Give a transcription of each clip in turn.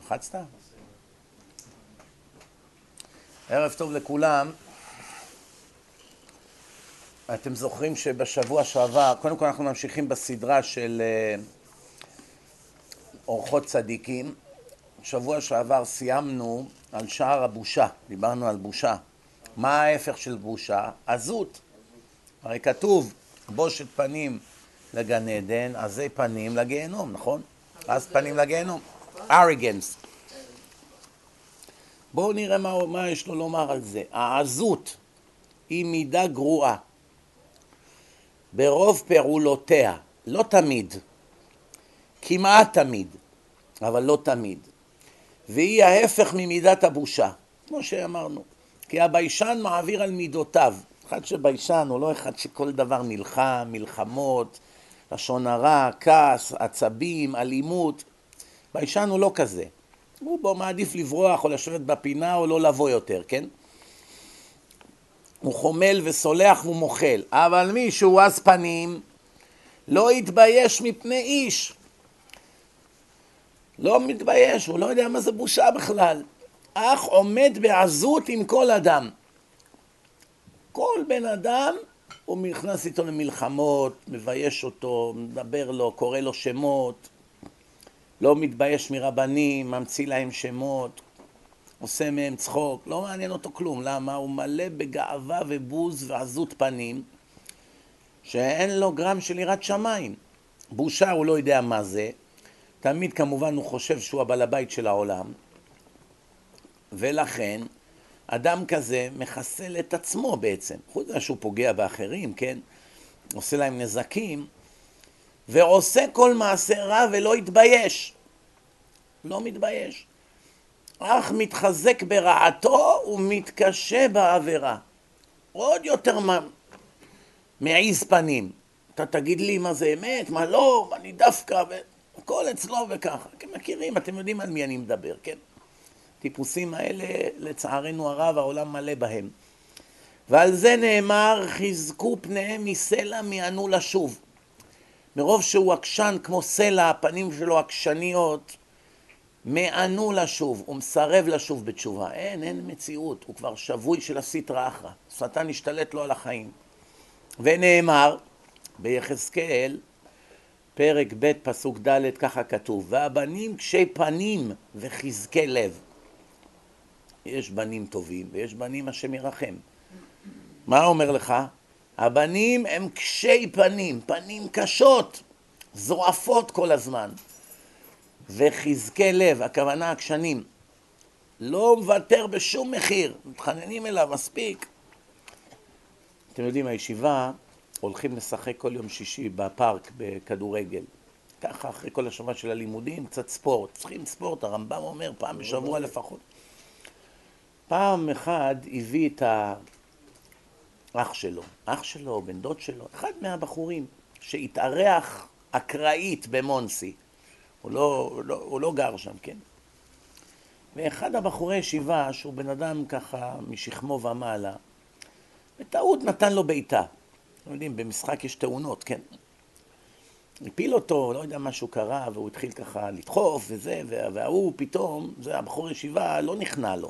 לחצת? ערב טוב לכולם. אתם זוכרים שבשבוע שעבר, קודם כל אנחנו ממשיכים בסדרה של אורחות צדיקים. שבוע שעבר סיימנו על שער הבושה, דיברנו על בושה. מה ההפך של בושה? עזות. הרי כתוב, בושת פנים לגן עדן, עזי פנים לגיהנום, נכון? אז פנים לגיהנום. arrogance. בואו נראה מה יש לו לומר על זה. העזות היא מידה גרועה. ברוב פעולותיה, לא תמיד, כמעט תמיד, אבל לא תמיד. והיא ההפך ממידת הבושה, כמו שאמרנו. כי הביישן מעביר על מידותיו. אחד שביישן הוא לא אחד שכל דבר נלחם, מלחמות, לשון הרע, כעס, עצבים, אלימות. ביישן הוא לא כזה. הוא בו מעדיף לברוח או לשבת בפינה או לא לבוא יותר, כן? הוא חומל וסולח ומוחל. אבל מי שהוא עז פנים לא יתבייש מפני איש. לא מתבייש, הוא לא יודע מה זה בושה בכלל. אך עומד בעזות עם כל אדם. כל בן אדם הוא נכנס איתו למלחמות, מבייש אותו, מדבר לו, קורא לו שמות. לא מתבייש מרבנים, ממציא להם שמות, עושה מהם צחוק, לא מעניין אותו כלום. למה? הוא מלא בגאווה ובוז ועזות פנים, שאין לו גרם של יראת שמיים. בושה הוא לא יודע מה זה. תמיד כמובן הוא חושב שהוא הבעל הבית של העולם, ולכן אדם כזה מחסל את עצמו בעצם. חוץ מזה שהוא פוגע באחרים, כן? עושה להם נזקים, ועושה כל מעשה רע ולא יתבייש. לא מתבייש. אך מתחזק ברעתו ומתקשה בעבירה. עוד יותר מעיז פנים. אתה תגיד לי מה זה אמת, מה לא, אני דווקא, הכל אצלו וככה. אתם מכירים, אתם יודעים על מי אני מדבר, כן? טיפוסים האלה, לצערנו הרב, העולם מלא בהם. ועל זה נאמר, חזקו פניהם מסלע מיענו לשוב. מרוב שהוא עקשן כמו סלע, הפנים שלו עקשניות, מענו לשוב, הוא מסרב לשוב בתשובה. אין מציאות, הוא כבר שבוי של הסטרא אחרא. שטן השתלט לו על החיים. ונאמר, ביחזקאל, פרק ב' פסוק ד', ככה כתוב, והבנים קשי פנים וחזקי לב. יש בנים טובים ויש בנים השם ירחם. מה אומר לך? הבנים הם קשי פנים, פנים קשות, זועפות כל הזמן. וחזקי לב, הכוונה עקשנים, לא מוותר בשום מחיר, מתחננים אליו מספיק. אתם יודעים, הישיבה הולכים לשחק כל יום שישי בפארק בכדורגל. ככה אחרי כל השבוע של הלימודים, קצת ספורט. צריכים ספורט, הרמב"ם אומר, פעם בשבוע לפחות. פעם אחד הביא את אח שלו, בן דוד שלו, אחד מהבחורים שהתארח אקראית במונסי. הוא לא גר שם, כן? ואחד הבחורי ישיבה, שהוא בן אדם ככה משכמו ומעלה, בטעות נתן לו בעיטה. אתם יודעים, במשחק יש תאונות, כן? הפיל אותו, לא יודע משהו קרה, והוא התחיל ככה לדחוף וזה, והוא פתאום, זה הבחור ישיבה, לא נכנע לו.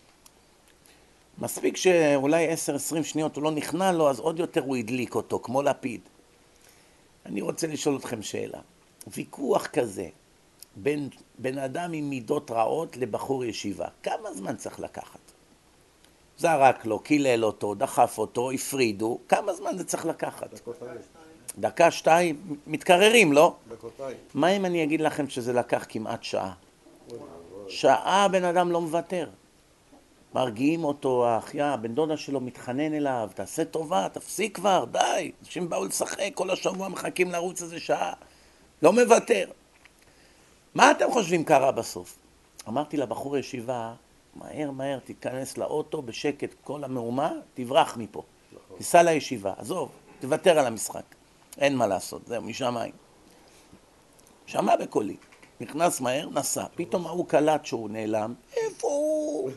מספיק שאולי 10-20 שניות הוא לא נכנע לו, אז עוד יותר הוא הדליק אותו, כמו לפיד. אני רוצה לשאול אתכם שאלה. ויכוח כזה, בין אדם עם מידות רעות לבחור ישיבה, כמה זמן צריך לקחת? זרק לו, קילל אותו, דחף אותו, הפרידו, כמה זמן זה צריך לקחת? דקה, שתיים, מתקררים, לא? מה אם אני אגיד לכם שזה לקח כמעט שעה? שעה בן אדם לא מוותר. מרגיעים אותו, האחיה, בן דודה שלו מתחנן אליו, תעשה טובה, תפסיק כבר, די. אנשים באו לשחק, כל השבוע מחכים לרוץ איזה שעה. לא מוותר. מה אתם חושבים קרה בסוף? אמרתי לבחור ישיבה, מהר, תיכנס לאוטו, בשקט כל המהומה, תברח מפה. תיסע לישיבה, עזוב, תוותר על המשחק. אין מה לעשות, זהו, משמיים. שמע בקולי, נכנס מהר, נסע. פתאום הוא קלט שהוא נעלם. איפה הוא?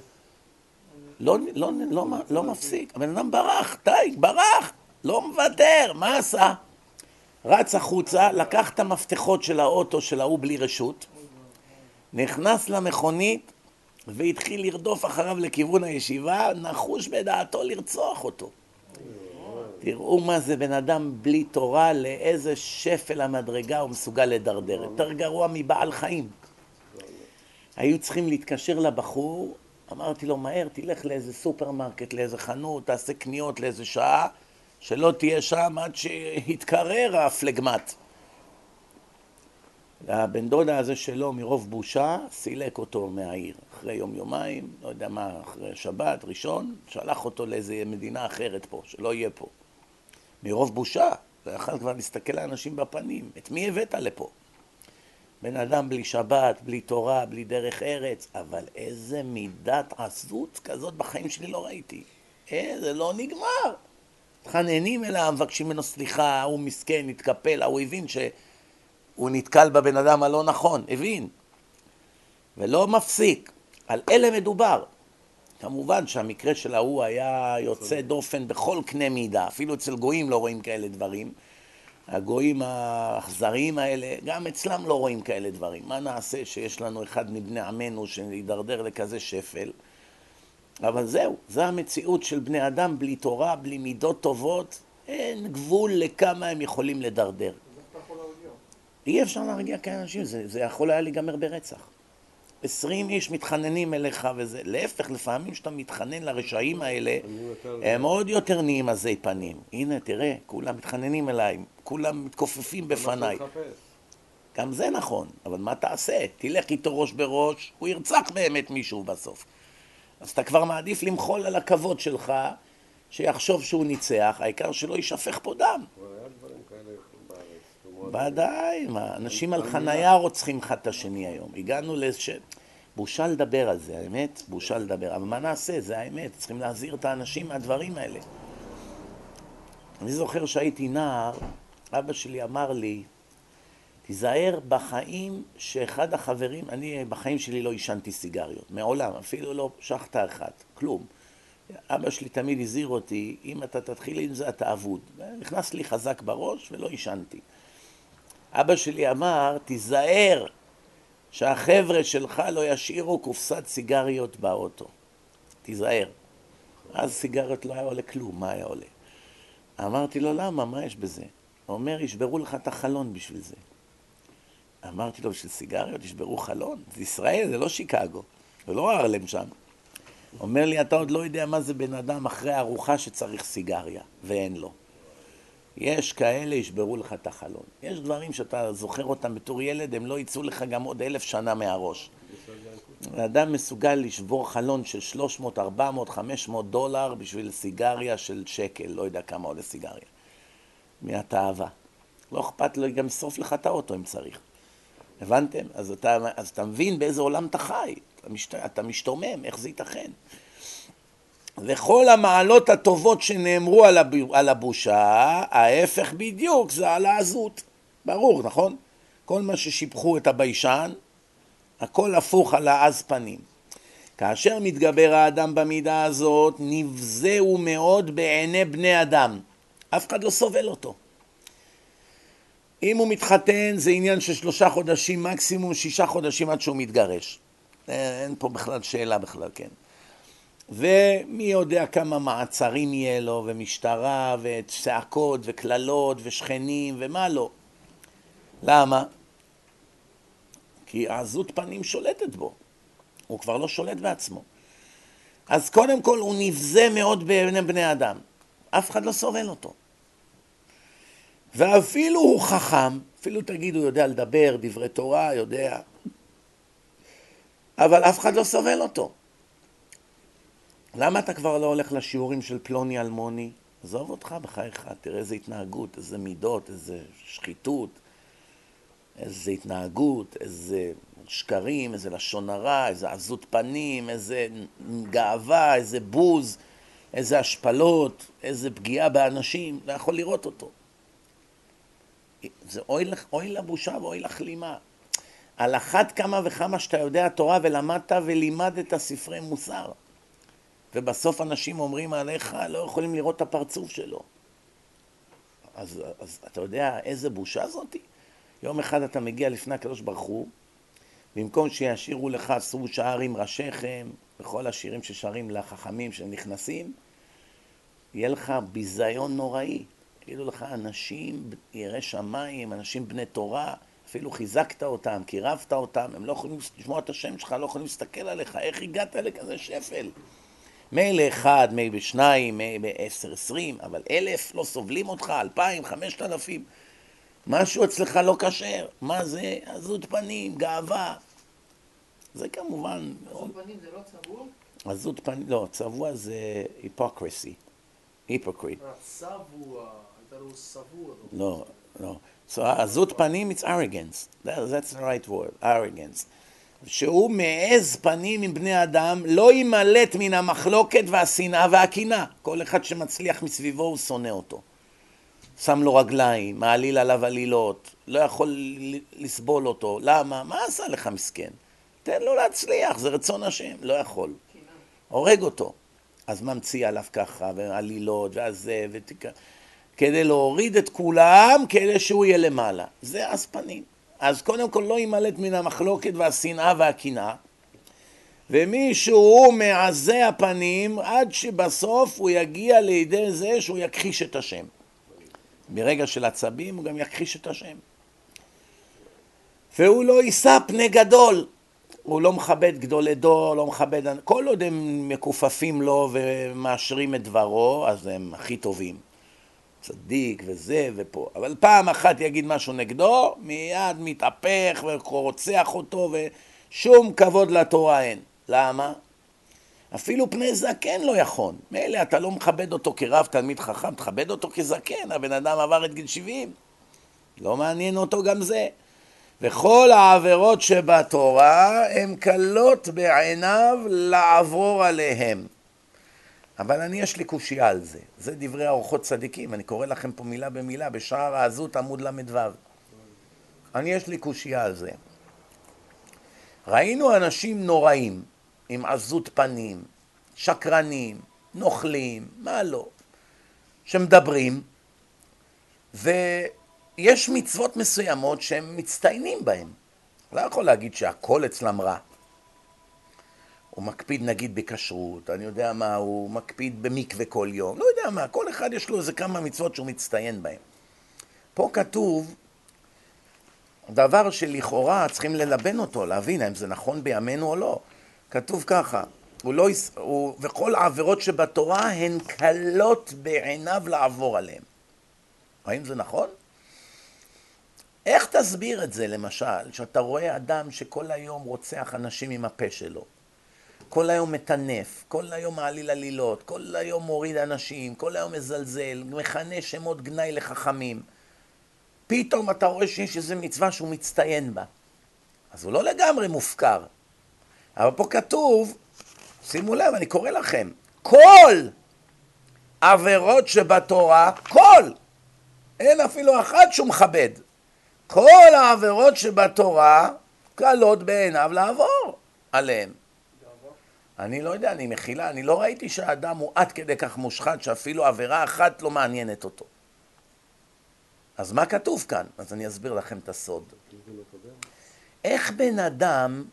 לא מפסיק. הבן אדם ברח, די, ברח. לא מוותר, מה עשה? רץ החוצה, לקח את המפתחות של האוטו של ההוא בלי רשות, נכנס למכונית והתחיל לרדוף אחריו לכיוון הישיבה, נחוש בדעתו לרצוח אותו. תראו מה זה בן אדם בלי תורה, לאיזה שפל המדרגה הוא מסוגל לדרדר. יותר גרוע מבעל חיים. היו צריכים להתקשר לבחור, אמרתי לו, מהר, תלך לאיזה סופרמרקט, לאיזה חנות, תעשה קניות לאיזה שעה, שלא תהיה שם עד שיתקרר הפלגמט. הבן דודה הזה שלו מרוב בושה סילק אותו מהעיר. אחרי יום-יומיים, לא יודע מה, אחרי שבת, ראשון, שלח אותו לאיזה מדינה אחרת פה, שלא יהיה פה. מרוב בושה, לא יכל כבר להסתכל לאנשים בפנים. את מי הבאת לפה? בן אדם בלי שבת, בלי תורה, בלי דרך ארץ, אבל איזה מידת עזות כזאת בחיים שלי לא ראיתי. זה לא נגמר. תחננים אליו, מבקשים ממנו סליחה, הוא מסכן, התקפל, הוא הבין שהוא נתקל בבן אדם הלא נכון, הבין. ולא מפסיק. על אלה מדובר. כמובן שהמקרה של ההוא היה יוצא דופן בכל קנה מידה, אפילו אצל גויים לא רואים כאלה דברים. הגויים האכזריים האלה, גם אצלם לא רואים כאלה דברים. מה נעשה שיש לנו אחד מבני עמנו שידרדר לכזה שפל? אבל זהו, זה המציאות של בני אדם בלי תורה, בלי מידות טובות. אין גבול לכמה הם יכולים לדרדר. אז איך אתה יכול להרגיע? אי אפשר להרגיע כאלה אנשים, זה יכול היה להיגמר ברצח. 20 איש מתחננים אליך וזה, להפך, לפעמים שאתה מתחנן לרשעים האלה, הם עוד יותר נהיים עזי פנים. הנה, תראה, כולם מתחננים אליי, כולם מתכופפים בפניי. גם זה נכון, אבל מה תעשה? תלך איתו ראש בראש, הוא ירצח באמת מישהו בסוף. אז אתה כבר מעדיף למחול על הכבוד שלך, שיחשוב שהוא ניצח, העיקר שלא יישפך פה דם. ודאי, אנשים על חנייה רוצחים אחד את השני היום. הגענו בושה לדבר על זה, האמת, בושה לדבר. אבל מה נעשה? זה האמת, צריכים להזהיר את האנשים מהדברים האלה. אני זוכר שהייתי נער, אבא שלי אמר לי, תיזהר בחיים שאחד החברים, אני בחיים שלי לא עישנתי סיגריות, מעולם, אפילו לא שחטה אחת, כלום. אבא שלי תמיד הזהיר אותי, אם אתה תתחיל עם זה אתה אבוד. נכנס לי חזק בראש ולא עישנתי. אבא שלי אמר, תיזהר שהחבר'ה שלך לא ישאירו קופסת סיגריות באוטו. תיזהר. אז סיגריות לא היה עולה כלום, מה היה עולה? אמרתי לו, למה? מה יש בזה? הוא אומר, ישברו לך את החלון בשביל זה. אמרתי לו, בשביל סיגריות ישברו חלון? זה ישראל, זה לא שיקגו. זה לא הרלם שם. אומר לי, אתה עוד לא יודע מה זה בן אדם אחרי ארוחה שצריך סיגריה, ואין לו. יש כאלה ישברו לך את החלון. יש דברים שאתה זוכר אותם בתור ילד, הם לא יצאו לך גם עוד 1000 שנה מהראש. האדם מסוגל לשבור חלון של 300, 400, 500 דולר בשביל סיגריה של שקל, לא יודע כמה עולה סיגריה. מהתאווה. לא אכפת לו, גם שרוף לך את האוטו אם צריך. הבנתם? אז אתה מבין באיזה עולם אתה חי. אתה משתומם, איך זה ייתכן? וכל המעלות הטובות שנאמרו על הבושה, ההפך בדיוק, זה על העזות. ברור, נכון? כל מה ששיבחו את הביישן, הכל הפוך על העז פנים. כאשר מתגבר האדם במידה הזאת, נבזהו מאוד בעיני בני אדם. אף אחד לא סובל אותו. אם הוא מתחתן, זה עניין של 3 חודשים, מקסימום 6 חודשים עד שהוא מתגרש. אין פה בכלל שאלה בכלל, כן. ומי יודע כמה מעצרים יהיה לו, ומשטרה, וצעקות, וכללות, ושכנים, ומה לא. למה? כי העזות פנים שולטת בו. הוא כבר לא שולט בעצמו. אז קודם כל הוא נבזה מאוד בעיני בני אדם. אף אחד לא סובל אותו. ואפילו הוא חכם, אפילו תגיד הוא יודע לדבר, דברי תורה, יודע. אבל אף אחד לא סובל אותו. למה אתה כבר לא הולך לשיעורים של פלוני אלמוני? עזוב אותך בחייך, תראה איזה התנהגות, איזה מידות, איזה שחיתות, איזה התנהגות, איזה שקרים, איזה לשון הרע, איזה עזות פנים, איזה גאווה, איזה בוז, איזה השפלות, איזה פגיעה באנשים, לא יכול לראות אותו. זה אוי לבושה ואוי לכלימה. על אחת כמה וכמה שאתה יודע תורה ולמדת ולימדת ספרי מוסר. ובסוף אנשים אומרים עליך, לא יכולים לראות את הפרצוף שלו. אז אתה יודע איזה בושה זאתי? יום אחד אתה מגיע לפני הקדוש ברוך הוא, במקום שישירו לך עשו שערים ראשיכם, וכל השירים ששרים לחכמים שנכנסים, יהיה לך ביזיון נוראי. יגידו לך אנשים יראי שמיים, אנשים בני תורה, אפילו חיזקת אותם, קירבת אותם, הם לא יכולים לשמוע את השם שלך, לא יכולים להסתכל עליך, איך הגעת לכזה שפל? מילא אחד, מילא שניים, מילא 10, 20, אבל 1,000 לא סובלים אותך, 2,000, 5,000, משהו אצלך לא כשר. מה זה? עזות פנים, גאווה. זה כמובן... עזות פנים זה לא צבוע? עזות פנים, לא, צבוע זה היפוקרסי. היפוקריט. צבוע, הייתה לו צבוע. לא, לא. So, עזות פנים it's arrogance. That's the right word, arrogance. שהוא מעז פנים עם בני אדם, לא ימלט מן המחלוקת והשנאה והקינה. כל אחד שמצליח מסביבו הוא שונא אותו. שם לו רגליים, מעליל עליו עלילות, לא יכול לסבול אותו. למה? מה עשה לך מסכן? תן לו להצליח, זה רצון השם, לא יכול. הורג אותו. אז ממציא עליו ככה, ועלילות, והזה, כדי להוריד את כולם, כדי שהוא יהיה למעלה. זה עז פנים. אז קודם כל לא ימלט מן המחלוקת והשנאה והקינה, ומישהו מעזה הפנים עד שבסוף הוא יגיע לידי זה שהוא יכחיש את השם. ברגע של עצבים הוא גם יכחיש את השם. והוא לא יישא פני גדול. הוא לא מכבד גדולי דור, לא מכבד... כל עוד הם מכופפים לו ומאשרים את דברו, אז הם הכי טובים. צדיק וזה ופה. אבל פעם אחת יגיד משהו נגדו, מיד מתהפך ורוצח אותו, ושום כבוד לתורה אין. למה? אפילו פני זקן לא יכול. מילא אתה לא מכבד אותו כרב תלמיד חכם, תכבד אותו כזקן, הבן אדם עבר את גיל 70. לא מעניין אותו גם זה. וכל העבירות שבתורה הן קלות בעיניו לעבור עליהם. אבל יש לי קושיה על זה. זה דברי אורחות צדיקים. אני קורא לכם פה מילה במילה, בשער העזות עמוד למדו. יש לי קושיה על זה. ראינו אנשים נוראים, עם עזות פנים, שקרנים, נוכלים, מה לא, שמדברים, ויש מצוות מסוימות שהם מצטיינים בהם. לא יכול להגיד שהכל אצלם רע. הוא מקפיד נגיד בכשרות, אני יודע מה, הוא מקפיד במקווה כל יום, לא יודע מה, כל אחד יש לו איזה כמה מצוות שהוא מצטיין בהם. פה כתוב דבר שלכאורה צריכים ללבן אותו, להבין האם זה נכון בימינו או לא. כתוב ככה, וכל העבירות שבתורה הן קלות בעיניו לעבור עליהן. האם זה נכון? איך תסביר את זה למשל, שאתה רואה אדם שכל היום רוצח אנשים עם הפה שלו, כל היום מטנף, כל היום מעליל עלילות, כל היום מוריד אנשים, כל היום מזלזל, מכנה שמות גנאי לחכמים. פתאום אתה רואה שיש איזו מצווה שהוא מצטיין בה. אז הוא לא לגמרי מופקר. אבל פה כתוב, שימו לב, אני קורא לכם, כל עבירות שבתורה, אין אפילו אחת שהוא מכבד. כל העבירות שבתורה קלות בעיניו לעבור עליהם. אני לא יודע, אני מחילה, אני לא ראיתי שהאדם הוא עד כדי כך מושחת שאפילו עבירה אחת לא מעניינת אותו. אז מה כתוב כאן? אז אני אסביר לכם את הסוד. איך בן אדם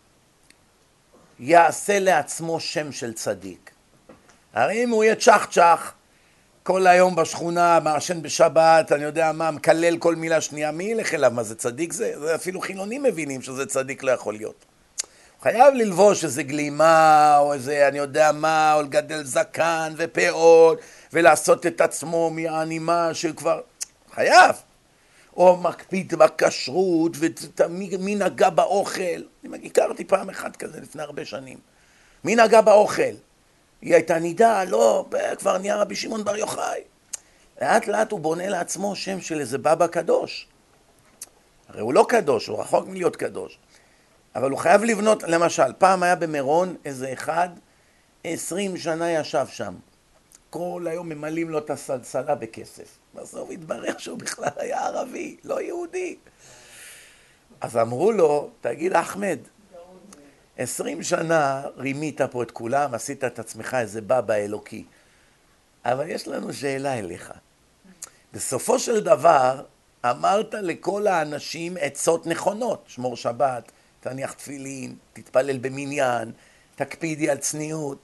יעשה לעצמו שם של צדיק? הרי אם הוא יהיה צ'ח, כל היום בשכונה, מעשן בשבת, אני יודע מה, מקלל כל מילה שנייה, מי ילך אליו? מה זה צדיק זה? זה אפילו חילונים מבינים שזה צדיק לא יכול להיות. חייב ללבוש איזה גלימה, או איזה, אני יודע מה, או לגדל זקן ופאות, ולעשות את עצמו מהאנימה של כבר... חייב. או מקפיד בכשרות, ומי נגע באוכל. אני הכרתי פעם אחת כזה לפני הרבה שנים. מי נגע באוכל? היא הייתה נידה, לא, כבר נהיה רבי שמעון בר יוחאי. לאט לאט הוא בונה לעצמו שם של איזה בבא קדוש. הרי הוא לא קדוש, הוא רחוק מלהיות קדוש. אבל הוא חייב לבנות, למשל, פעם היה במירון איזה אחד, 20 שנה ישב שם. כל היום ממלאים לו את הסלסלה בכסף. בסוף התברר שהוא בכלל היה ערבי, לא יהודי. אז אמרו לו, תגיד אחמד, 20 שנה רימית פה את כולם, עשית את עצמך איזה בבא אלוקי. אבל יש לנו שאלה אליך. בסופו של דבר, אמרת לכל האנשים עצות נכונות, שמור שבת, תניח תפילין, תתפלל במניין, תקפידי על צניעות.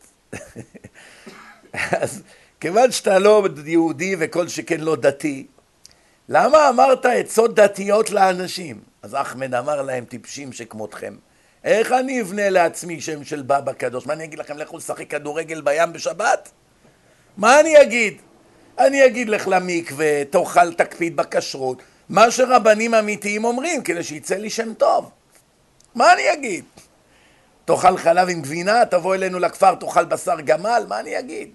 אז כיוון שאתה לא יהודי וכל שכן לא דתי, למה אמרת עצות דתיות לאנשים? אז אחמד אמר להם, טיפשים שכמותכם. איך אני אבנה לעצמי שם של בבא קדוש? מה אני אגיד לכם, לכו לשחק כדורגל בים בשבת? מה אני אגיד? אני אגיד לך למקווה, תאכל תקפיד בכשרות, מה שרבנים אמיתיים אומרים, כדי שיצא לי שם טוב. מה אני אגיד? תאכל חלב עם גבינה, תבוא אלינו לכפר, תאכל בשר גמל, מה אני אגיד?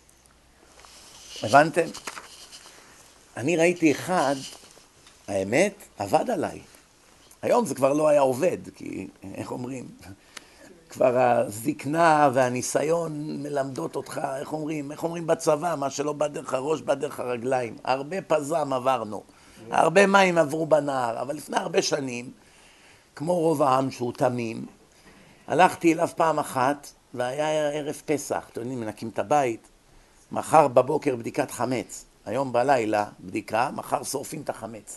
הבנתם? אני ראיתי אחד, האמת, עבד עליי. היום זה כבר לא היה עובד, כי איך אומרים? כבר הזקנה והניסיון מלמדות אותך, איך אומרים בצבא, מה שלא בא דרך הראש, בא דרך הרגליים. הרבה פזם עברנו, הרבה מים עברו בנהר, אבל לפני הרבה שנים, כמו רוב העם שהוא תמים, הלכתי אליו פעם אחת, והיה ערב פסח, אתם יודעים, מנקים את הבית, מחר בבוקר בדיקת חמץ, היום בלילה בדיקה, מחר שורפים את החמץ.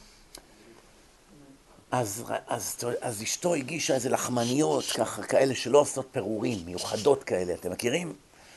אז אשתו הגישה איזה לחמניות, ככה, כאלה שלא עושות פירורים, מיוחדות כאלה, אתם מכירים?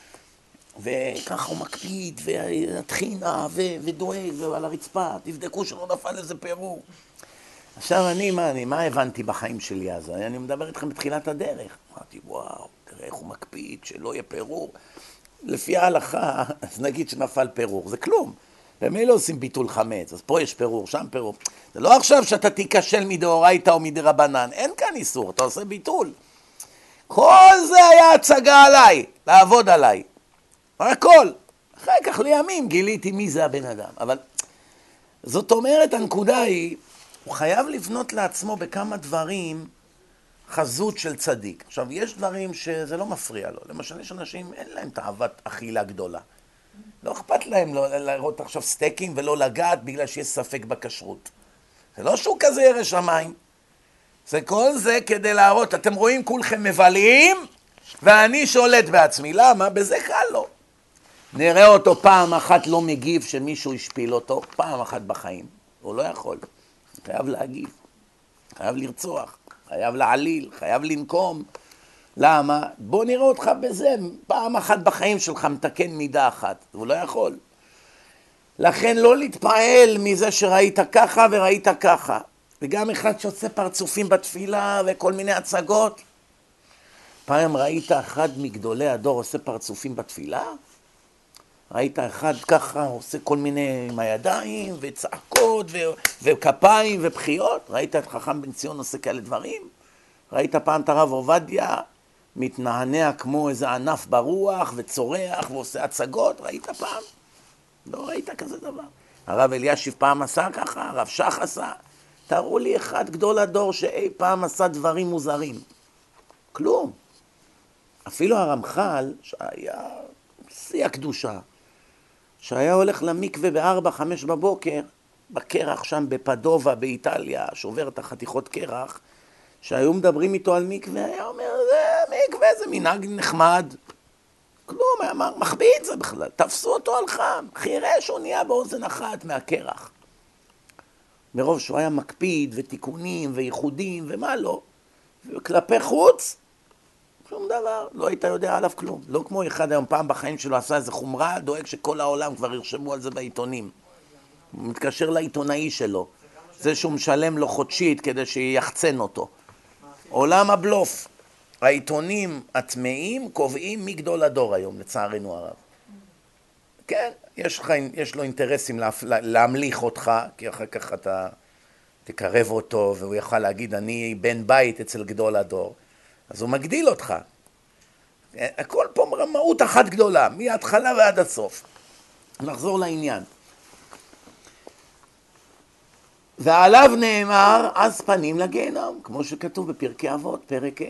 וככה הוא מקפיד, והטחינה, ודואג, ועל הרצפה, תבדקו שלא נפל איזה פירור. עכשיו מה הבנתי בחיים שלי אז? אני מדבר איתכם בתחילת הדרך. אמרתי, וואו, תראה איך הוא מקפיד, שלא יהיה פירור. לפי ההלכה, אז נגיד שנפל פירור, זה כלום. במילא עושים ביטול חמץ, אז פה יש פירור, שם פירור. זה לא עכשיו שאתה תיכשל מדאורייתא או מדרבנן, אין כאן איסור, אתה עושה ביטול. כל זה היה הצגה עליי, לעבוד עליי. הכל. אחרי כך לימים גיליתי מי זה הבן אדם. אבל זאת אומרת, הנקודה היא, הוא חייב לבנות לעצמו בכמה דברים חזות של צדיק. עכשיו, יש דברים שזה לא מפריע לו. למשל, יש אנשים, אין להם תאוות אכילה גדולה. לא אכפת להם לראות עכשיו סטייקים ולא לגעת בגלל שיש ספק בכשרות. זה לא שהוא כזה ירא שמיים. זה כל זה כדי להראות, אתם רואים כולכם מבלים ואני שולט בעצמי. למה? בזה קל לו. נראה אותו פעם אחת לא מגיב שמישהו השפיל אותו, פעם אחת בחיים. הוא לא יכול. חייב להגיב, חייב לרצוח, חייב להעליל, חייב לנקום. למה? בוא נראה אותך בזה, פעם אחת בחיים שלך מתקן מידה אחת, הוא לא יכול. לכן לא להתפעל מזה שראית ככה וראית ככה. וגם אחד שעושה פרצופים בתפילה וכל מיני הצגות. פעם ראית אחד מגדולי הדור עושה פרצופים בתפילה? ראית אחד ככה עושה כל מיני עם הידיים וצעקות וכפיים ובחיות? ראית את חכם בן ציון עושה כאלה דברים? ראית פעם את הרב עובדיה מתנענע כמו איזה ענף ברוח וצורח ועושה הצגות? ראית פעם? לא ראית כזה דבר. הרב אלישיב פעם עשה ככה, הרב שח עשה. תראו לי אחד גדול הדור שאי פעם עשה דברים מוזרים. כלום. אפילו הרמח"ל שהיה שיא הקדושה, שהיה הולך למקווה ב4-5 בבוקר, בקרח שם בפדובה באיטליה, שובר את החתיכות קרח, שהיו מדברים איתו על מקווה, היה אומר, זה מקווה, זה מנהג נחמד. כלום, היה מחביא זה בכלל, תפסו אותו על חם, חירש הוא נהיה באוזן אחת מהקרח. מרוב שהוא היה מקפיד ותיקונים וייחודים ומה לא, וכלפי חוץ, שום דבר, לא היית יודע עליו כלום. לא כמו אחד היום פעם בחיים שלו עשה איזה חומרה, דואג שכל העולם כבר ירשמו על זה בעיתונים. הוא מתקשר לעיתונאי שלו, זה שהוא משלם לו חודשית כדי שיחצן אותו. עולם הבלוף. העיתונים הטמאים קובעים מי גדול הדור היום, לצערנו הרב. כן, יש לו אינטרסים להמליך אותך, כי אחר כך אתה תקרב אותו, והוא יוכל להגיד, אני בן בית אצל גדול הדור. אז הוא מגדיל אותך. הכל פה רמאות אחת גדולה, מההתחלה ועד הסוף. נחזור לעניין. ועליו נאמר, אז פנים לגיהנום, כמו שכתוב בפרקי אבות, פרק ה'.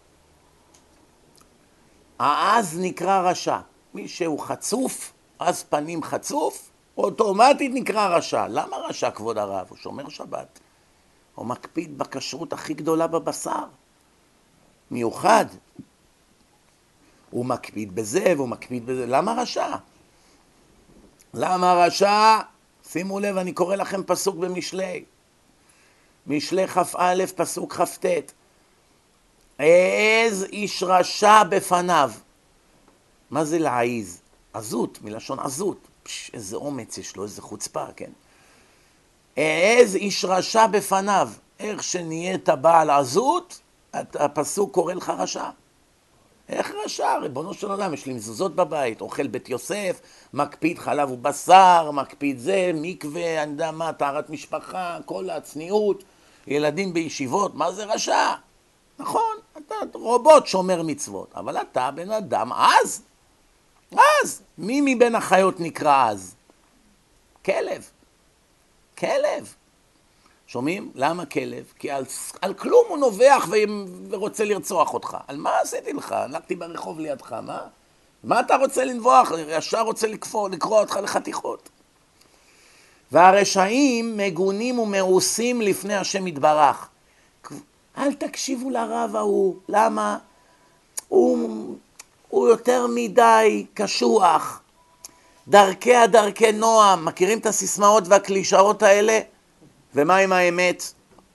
אז נקרא רשע. מי שהוא חצוף, אז פנים חצוף, אוטומטית נקרא רשע. למה רשע, כבוד הרב? הוא שומר שבת. הוא מקפיד בכשרות הכי גדולה בבשר. מיוחד. הוא מקפיד בזה והוא מקפיד בזה. למה רשע? למה רשע? שימו לב, אני קורא לכם פסוק במשלי. משלי כ"א פסוק כ"ט. העז איש רשע בפניו. מה זה להעיז? עזות, מלשון עזות. איזה אומץ יש לו, איזה חוצפה, כן? העז איש רשע בפניו. איך שנהיית בעל עזות, הפסוק קורא לך רשע. איך רשע? ריבונו של עולם, יש לי מזוזות בבית, אוכל בית יוסף, מקפיד חלב ובשר, מקפיד זה, מקווה, אני יודע מה, טהרת משפחה, כל הצניעות, ילדים בישיבות, מה זה רשע? נכון, אתה רובוט שומר מצוות, אבל אתה בן אדם עז. עז. מי מבין החיות נקרא עז? כלב. כלב. שומעים? למה כלב? כי על כלום הוא נובח ורוצה לרצוח אותך. על מה עשיתי לך? הלכתי ברחוב לידך, מה? מה אתה רוצה לנבוח? ישר רוצה לקרוא אותך לחתיכות. והרשעים מגונים ומאוסים לפני השם יתברך. אל תקשיבו לרב ההוא. למה? הוא יותר מדי קשוח. דרכי נועם. מכירים את הסיסמאות והקלישאות האלה? ומה עם האמת?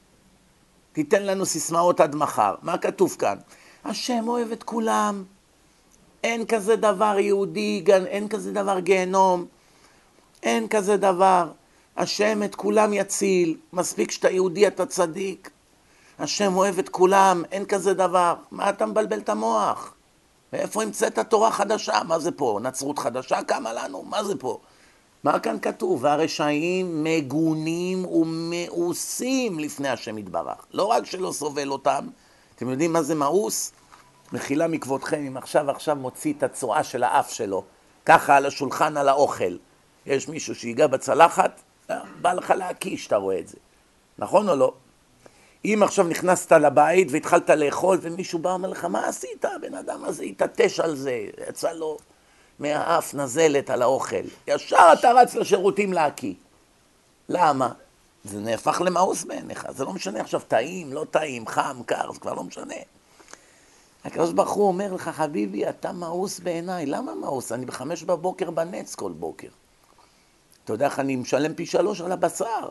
תיתן לנו סיסמאות עד מחר. מה כתוב כאן? השם אוהב את כולם. אין כזה דבר יהודי, אין כזה דבר גיהנום. אין כזה דבר. השם את כולם יציל. מספיק שאתה יהודי אתה צדיק. השם אוהב את כולם. אין כזה דבר. מה אתה מבלבל את המוח? ואיפה המצאת תורה חדשה? מה זה פה? נצרות חדשה קמה לנו? מה זה פה? מה כאן כתוב? והרשעים מגונים ומאוסים לפני השם יתברך. לא רק שלא סובל אותם, אתם יודעים מה זה מאוס? מחילה מכבודכם, אם עכשיו מוציא את הצועה של האף שלו, ככה על השולחן על האוכל. יש מישהו שיגע בצלחת, בא לך להקיש, אתה רואה את זה. נכון או לא? אם עכשיו נכנסת לבית והתחלת לאכול ומישהו בא אומר לך, מה עשית? הבן אדם הזה התעטש על זה, יצא לו מהאף נזלת על האוכל. ישר אתה רץ לשירותים להקיא. למה? זה נהפך למאוס בעיניך. זה לא משנה עכשיו טעים, לא טעים, חם, קר, זה כבר לא משנה. הקדוש ברוך הוא אומר לך, חביבי, אתה מאוס בעיניי. למה מאוס? אני ב5 בבוקר בנץ כל בוקר. אתה יודע איך אני משלם פי 3 על הבשר.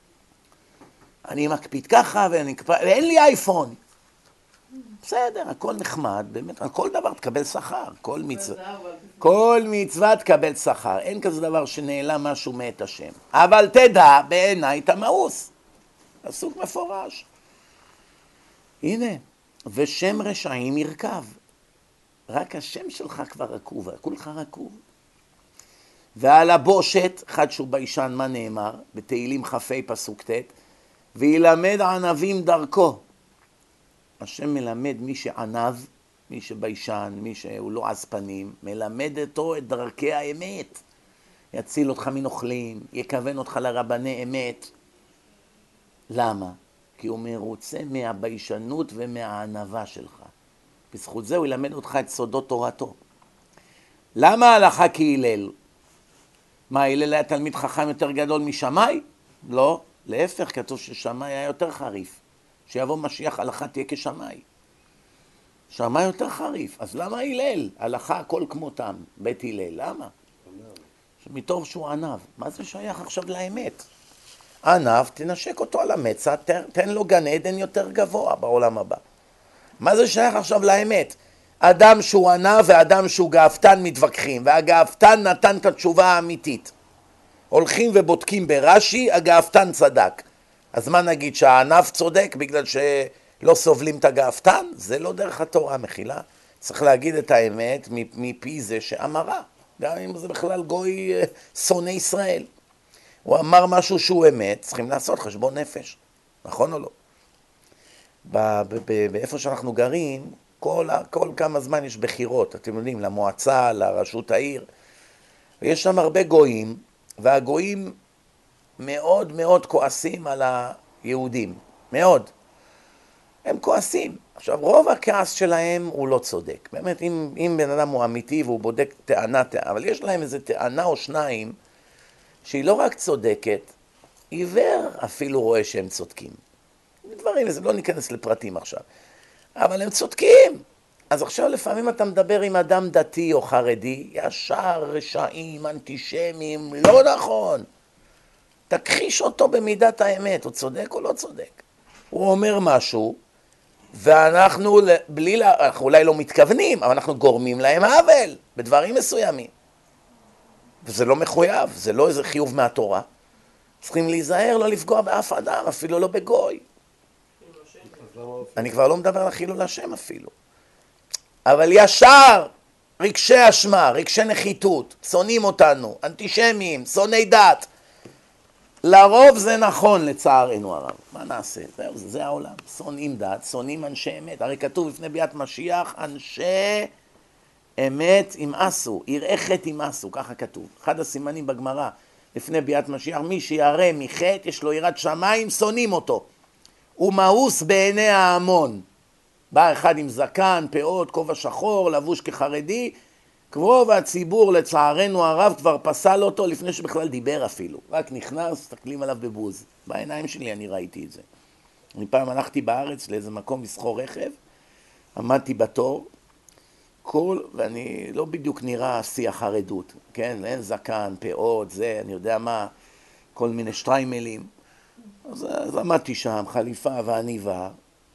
אני מקפיד ככה ואין לי אייפון. בסדר, הכל נחמד, באמת, על כל דבר תקבל שכר, כל מצווה תקבל שכר, אין כזה דבר שנעלם משהו מאת השם. אבל תדע, בעיניי אתה מאוס. פסוק מפורש. הנה, ושם רשעים ירכב. רק השם שלך כבר רקוב, כולך רקוב. ועל הבושת, חד שהוא ביישן, מה נאמר? בתהילים כ"ה פסוק ט', וילמד ענבים דרכו. השם מלמד מי שענב, מי שביישן, מי שהוא לא עז פנים, מלמד אותו את דרכי האמת. יציל אותך מנוכלים, יכוון אותך לרבני אמת. למה? כי הוא מרוצה מהביישנות ומהענבה שלך. בזכות זה הוא ילמד אותך את סודות תורתו. למה הלכה כהלל? מה, הלל היה תלמיד חכם יותר גדול משמאי? לא, להפך, כתוב ששמאי היה יותר חריף. שיבוא משיח, הלכה תהיה כשמאי. שמאי יותר חריף. אז למה הלל? הלכה הכל כמותם, בית הלל. למה? מתוך שהוא ענב. מה זה שייך עכשיו לאמת? ענב, תנשק אותו על המצע, תן לו גן עדן יותר גבוה בעולם הבא. מה זה שייך עכשיו לאמת? אדם שהוא ענב ואדם שהוא גאוותן מתווכחים, והגאוותן נתן את התשובה האמיתית. הולכים ובודקים ברש"י, הגאוותן צדק. אז מה נגיד, שהענב צודק בגלל שלא סובלים את הגאוותן? זה לא דרך התורה, מחילה. צריך להגיד את האמת מפי זה שאמרה, גם אם זה בכלל גוי שונא ישראל. הוא אמר משהו שהוא אמת, צריכים לעשות חשבון נפש, נכון או לא? באיפה שאנחנו גרים, כל כמה זמן יש בחירות, אתם יודעים, למועצה, לרשות העיר, ויש שם הרבה גויים, והגויים מאוד מאוד כועסים על היהודים, מאוד. הם כועסים. עכשיו, רוב הכעס שלהם הוא לא צודק. באמת, אם בן אדם הוא אמיתי והוא בודק טענה, אבל יש להם איזה טענה או שניים, שהיא לא רק צודקת, עיוור אפילו רואה שהם צודקים. דברים, לא ניכנס לפרטים עכשיו. אבל הם צודקים. אז עכשיו לפעמים אתה מדבר עם אדם דתי או חרדי, ישר רשעים, אנטישמים, לא נכון. תכחיש אותו במידת האמת, הוא צודק או לא צודק. הוא אומר משהו, ואנחנו, אנחנו אולי לא מתכוונים, אבל אנחנו גורמים להם עוול, בדברים מסוימים. וזה לא מחויב, זה לא איזה חיוב מהתורה. צריכים להיזהר, לא לפגוע באף אדם, אפילו לא בגוי. אני כבר לא מדבר על חילול השם אפילו. אבל ישר, רגשי אשמה, רגשי נחיתות, שונאים אותנו, אנטישמיים, שונאי דת. לרוב זה נכון לצערנו הרב. מה נעשה? זה העולם. שונאים דת, שונאים אנשי אמת. הרי כתוב לפני ביאת משיח, אנשי אמת ימאסו, יראי חטא ימאסו, ככה כתוב. אחד הסימנים בגמרא, לפני ביאת משיח, מי שירא מחטא, יש לו יראת שמיים, שונאים אותו. הוא מאוס בעיני ההמון. בא אחד עם זקן, פאות, כובע שחור, לבוש כחרדי, רוב הציבור לצערנו הרב כבר פסל אותו לפני שבכלל דיבר אפילו. רק נכנס, תקלים עליו בבוז. בעיניים שלי אני ראיתי את זה. אני פעם הלכתי בארץ לאיזה מקום לסחור רכב, עמדתי בתור, ואני לא בדיוק נראה שיא החרדות, כן? אין זקן, פאות, זה, אני יודע מה, כל מיני שטריימלים. אז עמדתי שם, חליפה ועניבה,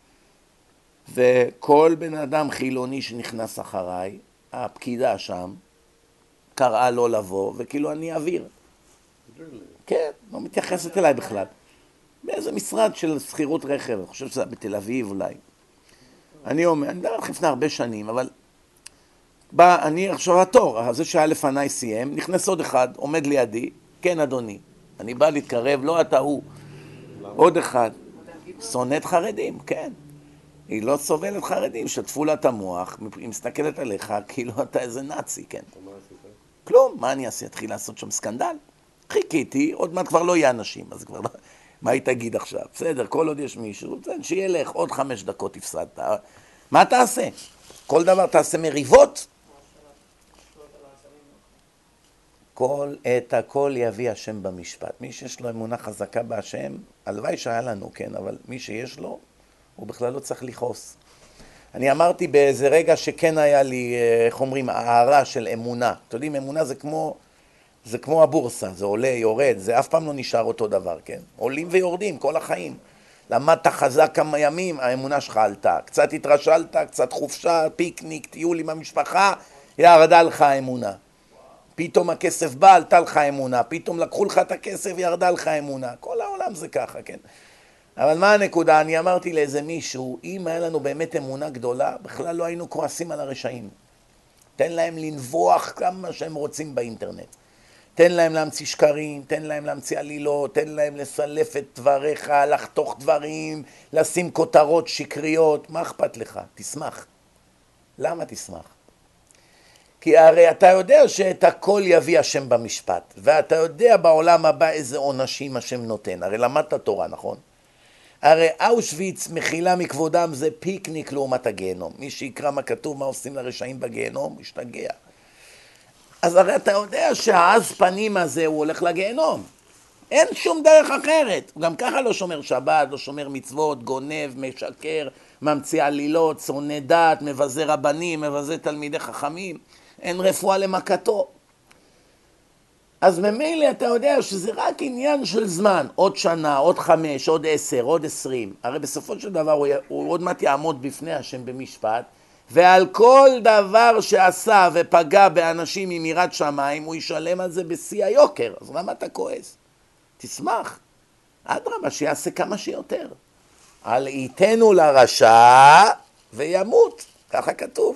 וכל בן אדם חילוני שנכנס אחריי, הפקידה שם, קראה לא לבוא, וכאילו אני אוויר. כן, לא מתייחסת אליי בכלל. באיזה משרד של שכירות רכב, אני חושב שזה בתל אביב אולי. אני אומר, אני מדבר לפני הרבה שנים, אבל אני עכשיו התור, זה שהיה לפניי סיים, נכנס עוד אחד, עומד לידי, כן אדוני, אני בא להתקרב, לא אתה הוא, עוד אחד, שונאת חרדים, כן. היא לא סובלת חרדים, שטפו לה את המוח, היא מסתכלת עליך כאילו אתה איזה נאצי, כן. כלום, מה אני אעשה? התחיל לעשות שם סקנדל. חיכיתי, עוד מעט כבר לא יהיה אנשים, אז כבר לא... מה היא תגיד עכשיו? בסדר, כל עוד יש מישהו, שילך, עוד 5 דקות הפסדת. מה תעשה? כל דבר תעשה מריבות? את הכל יביא השם במשפט. מי שיש לו אמונה חזקה בהשם, הלוואי שהיה לנו, כן, אבל מי שיש לו, הוא בכלל לא צריך לכעוס. אני אמרתי באיזה רגע שכן היה לי, איך אומרים, הערה של אמונה. אתם יודעים, אמונה זה כמו הבורסה, זה עולה, יורד, זה אף פעם לא נשאר אותו דבר, כן? עולים ויורדים כל החיים. למדת חזק כמה ימים, האמונה שלך עלתה. קצת התרשלת, קצת חופשה, פיקניק, טיול עם המשפחה, ירדה לך האמונה. פתאום הכסף בא, עלתה לך אמונה. פתאום לקחו לך את הכסף, ירדה לך אמונה. כל העולם זה ככה, כן? אבל מה הנקודה? אני אמרתי לאיזה מישהו, אם היה לנו באמת אמונה גדולה, בכלל לא היינו כועסים על הרשעים. תן להם לנבוח כמה שהם רוצים באינטרנט. תן להם להמציא שקרים, תן להם להמציא עלילות, תן להם לסלף את דבריך, לחתוך דברים, לשים כותרות שקריות. מה אכפת לך? תשמח. למה תשמח? כי הרי אתה יודע שאת הכל יביא השם במשפט, ואתה יודע בעולם הבא איזה עונשים השם נותן. הרי למדת תורה, נכון? הרי אושוויץ, מחילה מכבודם, זה פיקניק לעומת הגיהנום. מי שיקרא מה כתוב, מה עושים לרשעים בגיהנום, משתגע. אז הרי אתה יודע שהעז פנים הזה הוא הולך לגיהנום. אין שום דרך אחרת. הוא גם ככה לא שומר שבת, לא שומר מצוות, גונב, משקר, ממציא עלילות, שונא דת, מבזה רבנים, מבזה תלמידי חכמים. אין רפואה למכתו. אז ממילא אתה יודע שזה רק עניין של זמן, עוד שנה, עוד 5, עוד 10, עוד 20. הרי בסופו של דבר הוא עוד מעט יעמוד בפני השם במשפט, ועל כל דבר שעשה ופגע באנשים עם יראת שמיים, הוא ישלם על זה בשיא היוקר. אז למה אתה כועס? תשמח. אדרבה, שיעשה כמה שיותר. אל ייתנו לרשע וימות, ככה כתוב.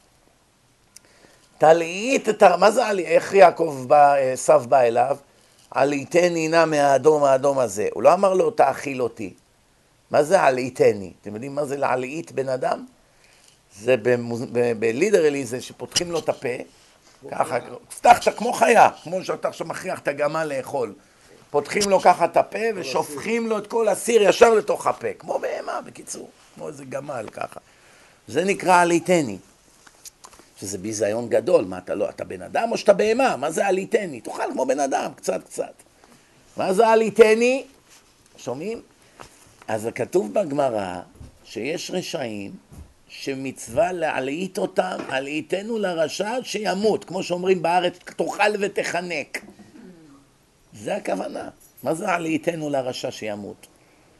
תלעיט את מה זה איך יעקב סב בא אליו? עליתני נא מהאדום האדום הזה. הוא לא אמר לו תאכיל אותי. מה זה עליתני? אתם יודעים מה זה להלעיט בן אדם? זה בלידרלי זה שפותחים לו את הפה, ככה, פתחת כמו חיה, כמו שאתה עכשיו מכריח את הגמל לאכול. פותחים לו ככה את הפה ושופכים לו את כל הסיר ישר לתוך הפה, כמו בהמה בקיצור, כמו איזה גמל ככה. זה נקרא עליתני. שזה ביזיון גדול, מה אתה לא, אתה בן אדם או שאתה בהמה? מה זה עליתני? תאכל כמו בן אדם, קצת. מה זה עליתני? שומעים? אז כתוב בגמרא שיש רשעים שמצווה להלעיט אותם, הלעיטנו לרשע שימות, כמו שאומרים בארץ, תאכל ותחנק. זה הכוונה. מה זה הלעיטנו לרשע שימות?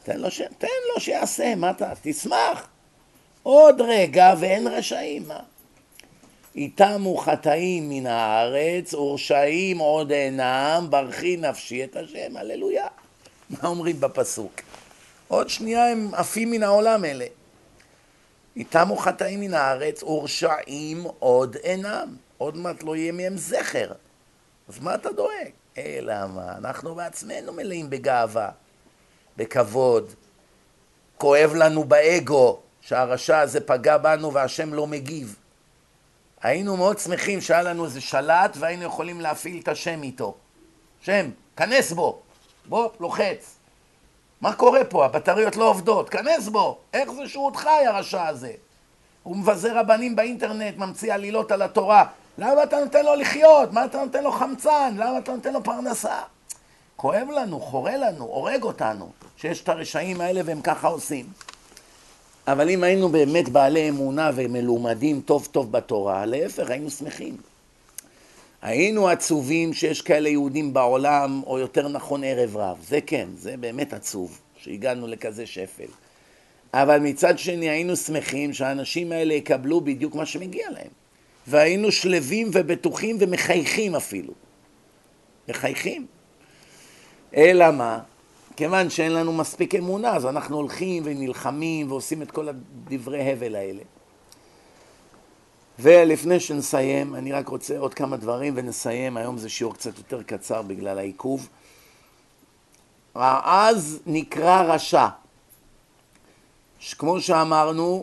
תן לו שיעשה, מה אתה, תשמח. עוד רגע ואין רשעים, מה? איתמו חטאים מן הארץ, ורשעים עוד אינם, ברכי נפשי את השם, הללויה. מה אומרים בפסוק? עוד שנייה הם עפים מן העולם אלה. איתמו חטאים מן הארץ, ורשעים עוד אינם. עוד מעט לא יהיה מהם זכר. אז מה אתה דואג? אלא מה? אנחנו בעצמנו מלאים בגאווה, בכבוד. כואב לנו באגו שהרשע הזה פגע בנו והשם לא מגיב. היינו מאוד שמחים שהיה לנו איזה שלט והיינו יכולים להפעיל את השם איתו. שם, כנס בו. בוא, לוחץ. מה קורה פה? הבטריות לא עובדות. כנס בו. איך זה שהוא עוד חי הרשע הזה? הוא מבזה רבנים באינטרנט, ממציא עלילות על התורה. למה אתה נותן לו לחיות? מה אתה נותן לו חמצן? למה אתה נותן לו פרנסה? כואב לנו, חורה לנו, הורג אותנו, שיש את הרשעים האלה והם ככה עושים. אבל אם היינו באמת בעלי אמונה ומלומדים טוב טוב בתורה, להפך, היינו שמחים. היינו עצובים שיש כאלה יהודים בעולם, או יותר נכון ערב רב. זה כן, זה באמת עצוב, שהגענו לכזה שפל. אבל מצד שני היינו שמחים שהאנשים האלה יקבלו בדיוק מה שמגיע להם. והיינו שלבים ובטוחים ומחייכים אפילו. מחייכים. אלא מה? כיוון שאין לנו מספיק אמונה, אז אנחנו הולכים ונלחמים ועושים את כל הדברי הבל האלה. ולפני שנסיים, אני רק רוצה עוד כמה דברים ונסיים. היום זה שיעור קצת יותר קצר בגלל העיכוב. אז נקרא רשע. כמו שאמרנו,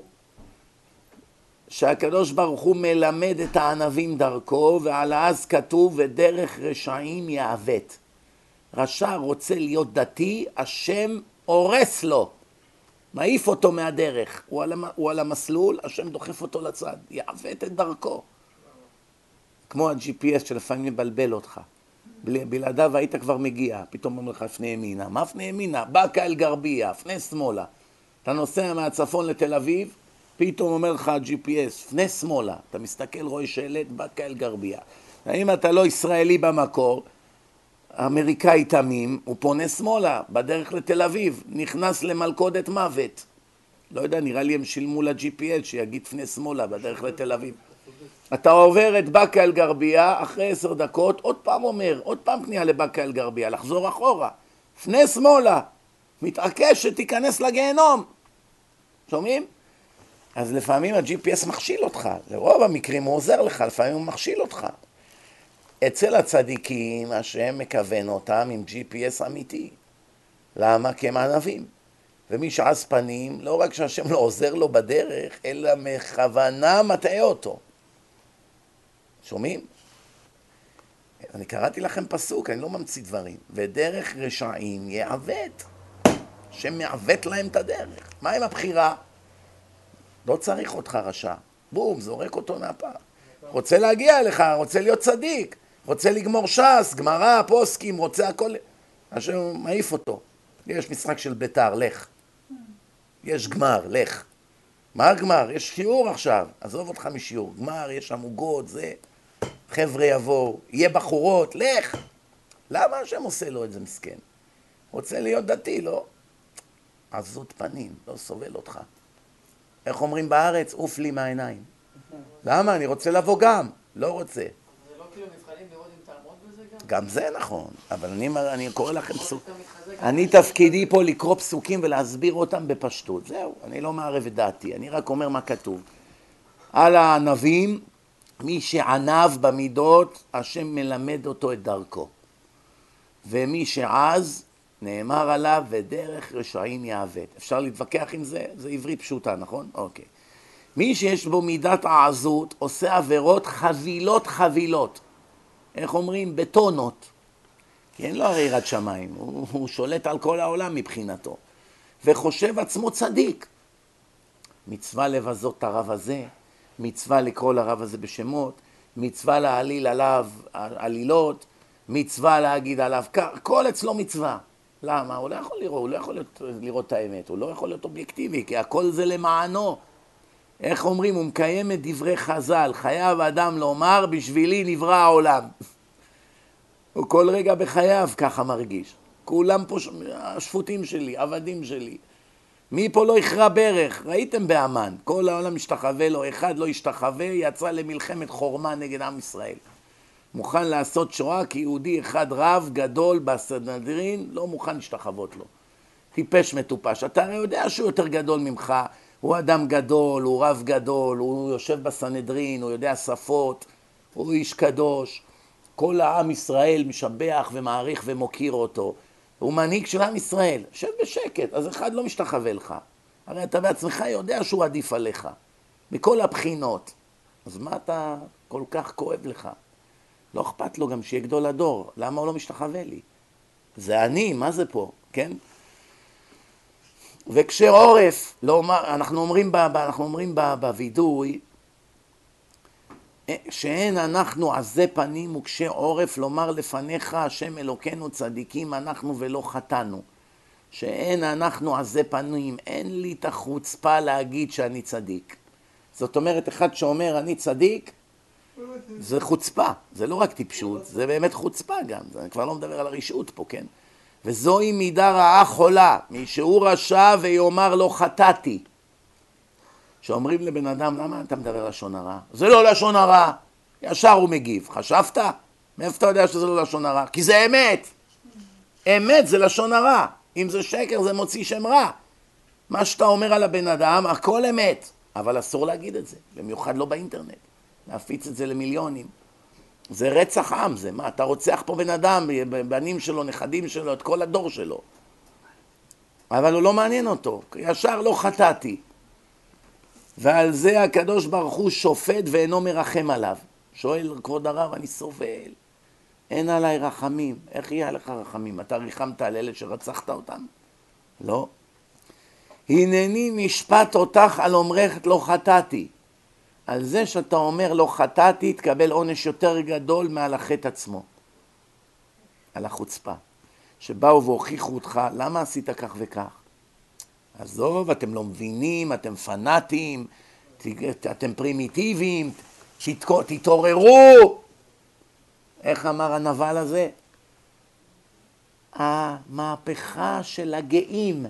שהקדוש ברוך הוא מלמד את הענבים דרכו, ועל אז כתוב ודרך רשעים יעוות. רשע רוצה להיות דתי, השם הורס לו, מעיף אותו מהדרך, הוא על המסלול, השם דוחף אותו לצד, יעוות את דרכו. כמו ה-GPS שלפעמים מבלבל אותך, בלעדיו היית כבר מגיע, פתאום אומר לך פני ימינה, מה פני ימינה? באקה אל גרבייה, פני שמאלה. אתה נוסע מהצפון לתל אביב, פתאום אומר לך ה-GPS, פני שמאלה, אתה מסתכל, רואה שלט, באקה אל גרבייה. האם אתה לא ישראלי במקור, אמריקאי תמים, הוא פונה שמאלה, בדרך לתל אביב, נכנס למלכודת מוות. לא יודע, נראה לי הם שילמו ל-GPS שיגיד פני שמאלה, בדרך לתל אביב. אתה עובר את באקה אל גרבייה, אחרי 10 דקות, עוד פעם אומר, עוד פעם פנייה לבאקה אל גרבייה, לחזור אחורה. פני שמאלה, מתעקש שתיכנס לגיהנום. שומעים? אז לפעמים ה-GPS מכשיל אותך, לרוב המקרים הוא עוזר לך, לפעמים הוא מכשיל אותך. אצל הצדיקים, השם מכוון אותם עם GPS אמיתי. למה? כי הם ענבים. ומי שעז פנים, לא רק שהשם לא עוזר לו בדרך, אלא מכוונה מטעה אותו. שומעים? אני קראתי לכם פסוק, אני לא ממציא דברים. ודרך רשעים יעוות. השם מעוות להם את הדרך. מה עם הבחירה? לא צריך אותך רשע. בום, זורק אותו מהפעם. רוצה להגיע אליך, רוצה להיות צדיק. רוצה לגמור ש"ס, גמרא, פוסקים, רוצה הכל. השם מעיף אותו. יש משחק של בית"ר, לך. יש גמר, לך. מה הגמר? יש שיעור עכשיו. עזוב אותך משיעור. גמר, יש שם עוגות, זה. חבר'ה יבואו, יהיה בחורות, לך. למה השם עושה לו את זה מסכן? רוצה להיות דתי, לא? עזות פנים, לא סובל אותך. איך אומרים בארץ? עוף לי מהעיניים. למה? אני רוצה לבוא גם. לא רוצה. זה לא כאילו מבחנים לראות אם תעמוד בזה גם? גם זה נכון, אבל אני קורא לכם פסוק. אני תפקידי פה לקרוא פסוקים ולהסביר אותם בפשטות. זהו, אני לא מערב את דעתי, אני רק אומר מה כתוב. על הענבים, מי שענב במידות, השם מלמד אותו את דרכו. ומי שעז, נאמר עליו, ודרך רשעים יעוות. אפשר להתווכח עם זה? זה עברית פשוטה, נכון? אוקיי. מי שיש בו מידת העזות, עושה עבירות חבילות חבילות. איך אומרים? בטונות. כי אין לו הרי יראת שמיים, הוא שולט על כל העולם מבחינתו. וחושב עצמו צדיק. מצווה לבזות את הרב הזה, מצווה לקרוא לרב הזה בשמות, מצווה להעליל עליו עלילות, מצווה להגיד עליו, כל אצלו מצווה. למה? הוא לא יכול לראות, הוא לא יכול לראות את האמת, הוא לא יכול להיות אובייקטיבי, כי הכל זה למענו. איך אומרים? הוא מקיים את דברי חז"ל, חייב אדם לומר, בשבילי נברא העולם. הוא כל רגע בחייו ככה מרגיש. כולם פה השפוטים שלי, עבדים שלי. מי פה לא יכרע ברך? ראיתם באמן, כל העולם משתחווה לו, אחד לא השתחווה, יצא למלחמת חורמה נגד עם ישראל. מוכן לעשות שואה כי יהודי אחד רב גדול בסנהדרין, לא מוכן להשתחוות לו. טיפש מטופש. אתה הרי יודע שהוא יותר גדול ממך, הוא אדם גדול, הוא רב גדול, הוא יושב בסנהדרין, הוא יודע שפות, הוא איש קדוש. כל העם ישראל משבח ומעריך ומוקיר אותו. הוא מנהיג של עם ישראל. שב בשקט, אז אחד לא משתחווה לך. הרי אתה בעצמך יודע שהוא עדיף עליך, מכל הבחינות. אז מה אתה כל כך כואב לך? לא אכפת לו גם שיהיה גדול הדור. למה הוא לא משתחווה לי? זה אני, מה זה פה? כן? וכשעורף, אנחנו אומרים בווידוי, שאין אנחנו עזי פנים וכשי עורף לומר לפניך השם אלוקינו צדיקים אנחנו ולא חטאנו. שאין אנחנו עזי פנים, אין לי את החוצפה להגיד שאני צדיק. זאת אומרת, אחד שאומר אני צדיק, זה חוצפה, זה לא רק טיפשות, זה באמת חוצפה גם, אני כבר לא מדבר על הרשעות פה, כן? וזוהי מידה רעה חולה, מי שהוא רשע ויאמר לו חטאתי. שאומרים לבן אדם, למה אתה מדבר לשון הרע? זה לא לשון הרע. ישר הוא מגיב. חשבת? מאיפה אתה יודע שזה לא לשון הרע? כי זה אמת. אמת זה לשון הרע. אם זה שקר זה מוציא שם רע. מה שאתה אומר על הבן אדם, הכל אמת. אבל אסור להגיד את זה. במיוחד לא באינטרנט. להפיץ את זה למיליונים. זה רצח עם זה. מה, אתה רוצח פה בן אדם, בנים שלו, נכדים שלו, את כל הדור שלו. אבל הוא לא מעניין אותו. ישר לא חטאתי. ועל זה הקדוש ברוך הוא שופט ואינו מרחם עליו. שואל כבוד הרב, אני סובל. אין עליי רחמים. איך יהיה לך רחמים? אתה ריחמת על אלה שרצחת אותם? לא. הנני משפט אותך על אומרך לא חטאתי. על זה שאתה אומר לא חטאתי, תקבל עונש יותר גדול מעל החטא עצמו. על החוצפה. שבאו והוכיחו אותך, למה עשית כך וכך? עזוב, אתם לא מבינים, אתם פנאטים, אתם פרימיטיביים, תתעוררו. איך אמר הנבל הזה? המהפכה של הגאים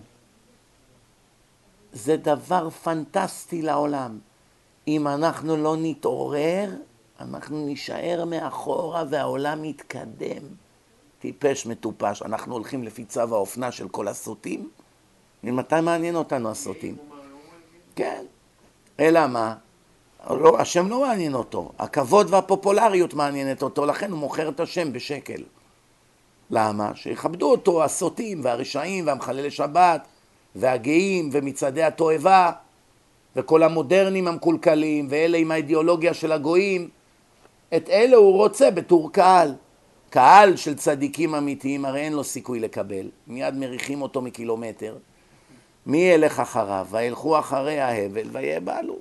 זה דבר פנטסטי לעולם. אם אנחנו לא נתעורר, אנחנו נשאר מאחורה והעולם יתקדם. טיפש מטופש, אנחנו הולכים לפי צו האופנה של כל הסוטים. ממתי מעניין אותנו הסוטים? כן. אלא מה? לא, השם לא מעניין אותו. הכבוד והפופולריות מעניינת אותו, לכן הוא מוכר את השם בשקל. למה? שיכבדו אותו הסוטים והרשעים והמחללי שבת והגאים ומצעדי התועבה וכל המודרנים המקולקלים ואלה עם האידיאולוגיה של הגויים. את אלה הוא רוצה בתור קהל. קהל של צדיקים אמיתיים, הרי אין לו סיכוי לקבל. מיד מריחים אותו מקילומטר. מי ילך אחריו? וילכו אחרי ההבל ויבלו.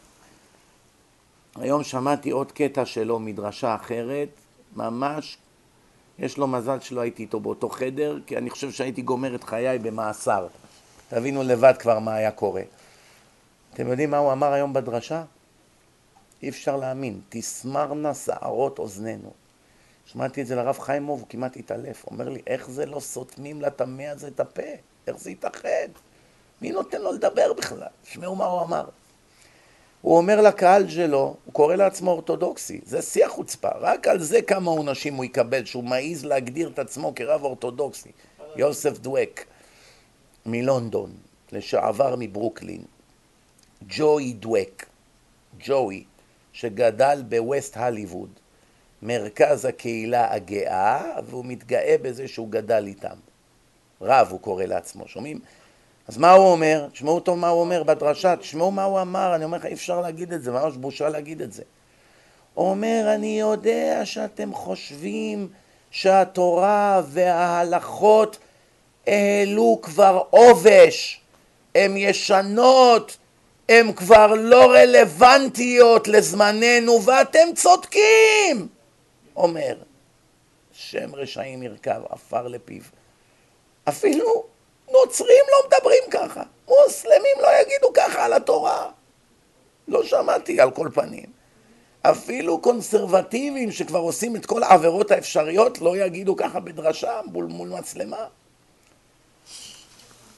היום שמעתי עוד קטע שלו, מדרשה אחרת, ממש, יש לו מזל שלא הייתי איתו באותו חדר, כי אני חושב שהייתי גומר את חיי במאסר. תבינו לבד כבר מה היה קורה. אתם יודעים מה הוא אמר היום בדרשה? אי אפשר להאמין, תסמרנה שערות אוזנינו. שמעתי את זה לרב חיימוב, הוא כמעט התעלף. אומר לי, איך זה לא סותמים לטמא הזה את הפה? איך זה יתאחד? מי נותן לו לדבר בכלל? שמעו מה הוא אמר. הוא אומר לקהל שלו, הוא קורא לעצמו אורתודוקסי. זה שיא החוצפה. רק על זה כמה עונשים הוא יקבל, שהוא מעיז להגדיר את עצמו כרב אורתודוקסי. יוסף דואק, מלונדון, לשעבר מברוקלין. ג'וי דואק, ג'וי, שגדל בווסט הליווד. מרכז הקהילה הגאה, והוא מתגאה בזה שהוא גדל איתם. רב הוא קורא לעצמו, שומעים? אז מה הוא אומר? תשמעו אותו מה הוא אומר בדרשה, תשמעו מה הוא אמר, אני אומר לך, אי אפשר להגיד את זה, ממש בושה להגיד את זה. הוא אומר, אני יודע שאתם חושבים שהתורה וההלכות העלו כבר עובש, הן ישנות, הן כבר לא רלוונטיות לזמננו, ואתם צודקים. אומר, שם רשעים ירכב, עפר לפיו. אפילו נוצרים לא מדברים ככה, מוסלמים לא יגידו ככה על התורה. לא שמעתי על כל פנים. אפילו קונסרבטיבים שכבר עושים את כל העבירות האפשריות לא יגידו ככה בדרשה מול מצלמה.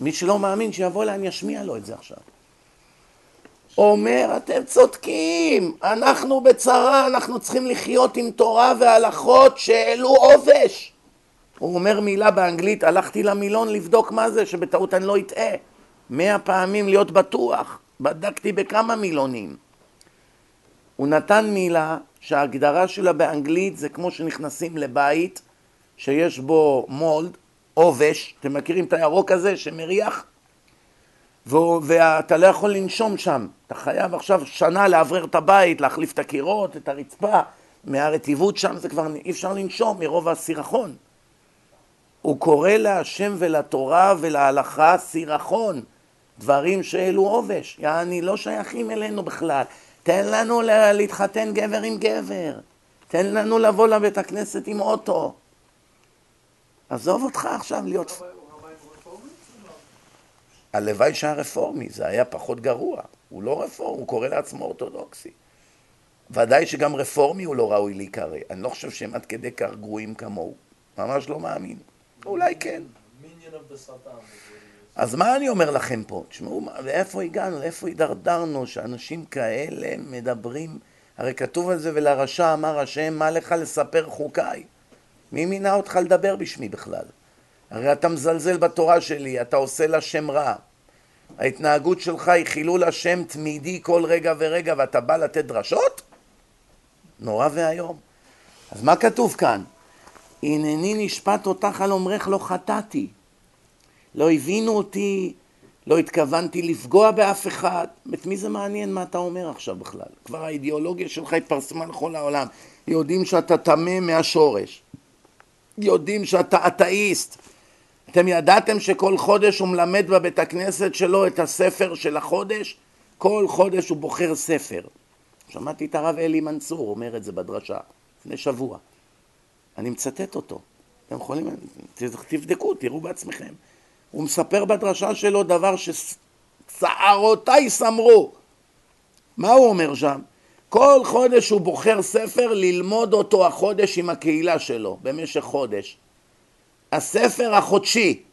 מי שלא מאמין שיבוא אליי, אני אשמיע לו את זה עכשיו. אומר, אתם צודקים, אנחנו בצרה, אנחנו צריכים לחיות עם תורה והלכות שאלו עובש. הוא אומר מילה באנגלית, הלכתי למילון לבדוק מה זה, שבטעות אני לא אטעה. 100 פעמים להיות בטוח, בדקתי בכמה מילונים. הוא נתן מילה שההגדרה שלה באנגלית זה כמו שנכנסים לבית שיש בו מולד, עובש, אתם מכירים את הירוק הזה שמריח? ואתה לא יכול לנשום שם, אתה חייב עכשיו שנה לאוורר את הבית, להחליף את הקירות, את הרצפה, מהרטיבות שם זה כבר אי אפשר לנשום מרוב הסירחון. הוא קורא להשם ולתורה ולהלכה סירחון, דברים שאלו עובש, יעני לא שייכים אלינו בכלל. תן לנו להתחתן גבר עם גבר, תן לנו לבוא לבית הכנסת עם אוטו. עזוב אותך עכשיו להיות... הלוואי שהרפורמי, זה היה פחות גרוע. הוא לא רפורמי, הוא קורא לעצמו אורתודוקסי. ודאי שגם רפורמי הוא לא ראוי להיקרא. אני לא חושב שהם עד כדי כך גרועים כמוהו. ממש לא מאמין. אולי כן. אז מה אני אומר לכם פה? תשמעו, לאיפה הגענו, לאיפה הידרדרנו, שאנשים כאלה מדברים, הרי כתוב על זה, ולרשע אמר השם, מה לך לספר חוקיי? מי מינה אותך לדבר בשמי בכלל? הרי אתה מזלזל בתורה שלי, אתה עושה לה שם רע. ההתנהגות שלך היא חילול השם תמידי כל רגע ורגע, ואתה בא לתת דרשות? נורא והיום. אז מה כתוב כאן? הנני נשפט אותך על אומרך לא חטאתי. לא הבינו אותי, לא התכוונתי לפגוע באף אחד. את מי זה מעניין מה אתה אומר עכשיו בכלל? כבר האידיאולוגיה שלך התפרסמה לכל העולם. יודעים שאתה טמא מהשורש. יודעים שאתה אתאיסט. אתם ידעתם שכל חודש הוא מלמד בבית הכנסת שלו את הספר של החודש? כל חודש הוא בוחר ספר. שמעתי את הרב אלי מנצור אומר את זה בדרשה לפני שבוע. אני מצטט אותו. אתם יכולים, תבדקו, תראו בעצמכם. הוא מספר בדרשה שלו דבר שצערותיי סמרו. מה הוא אומר שם? כל חודש הוא בוחר ספר ללמוד אותו החודש עם הקהילה שלו, במשך חודש. הספר החודשי.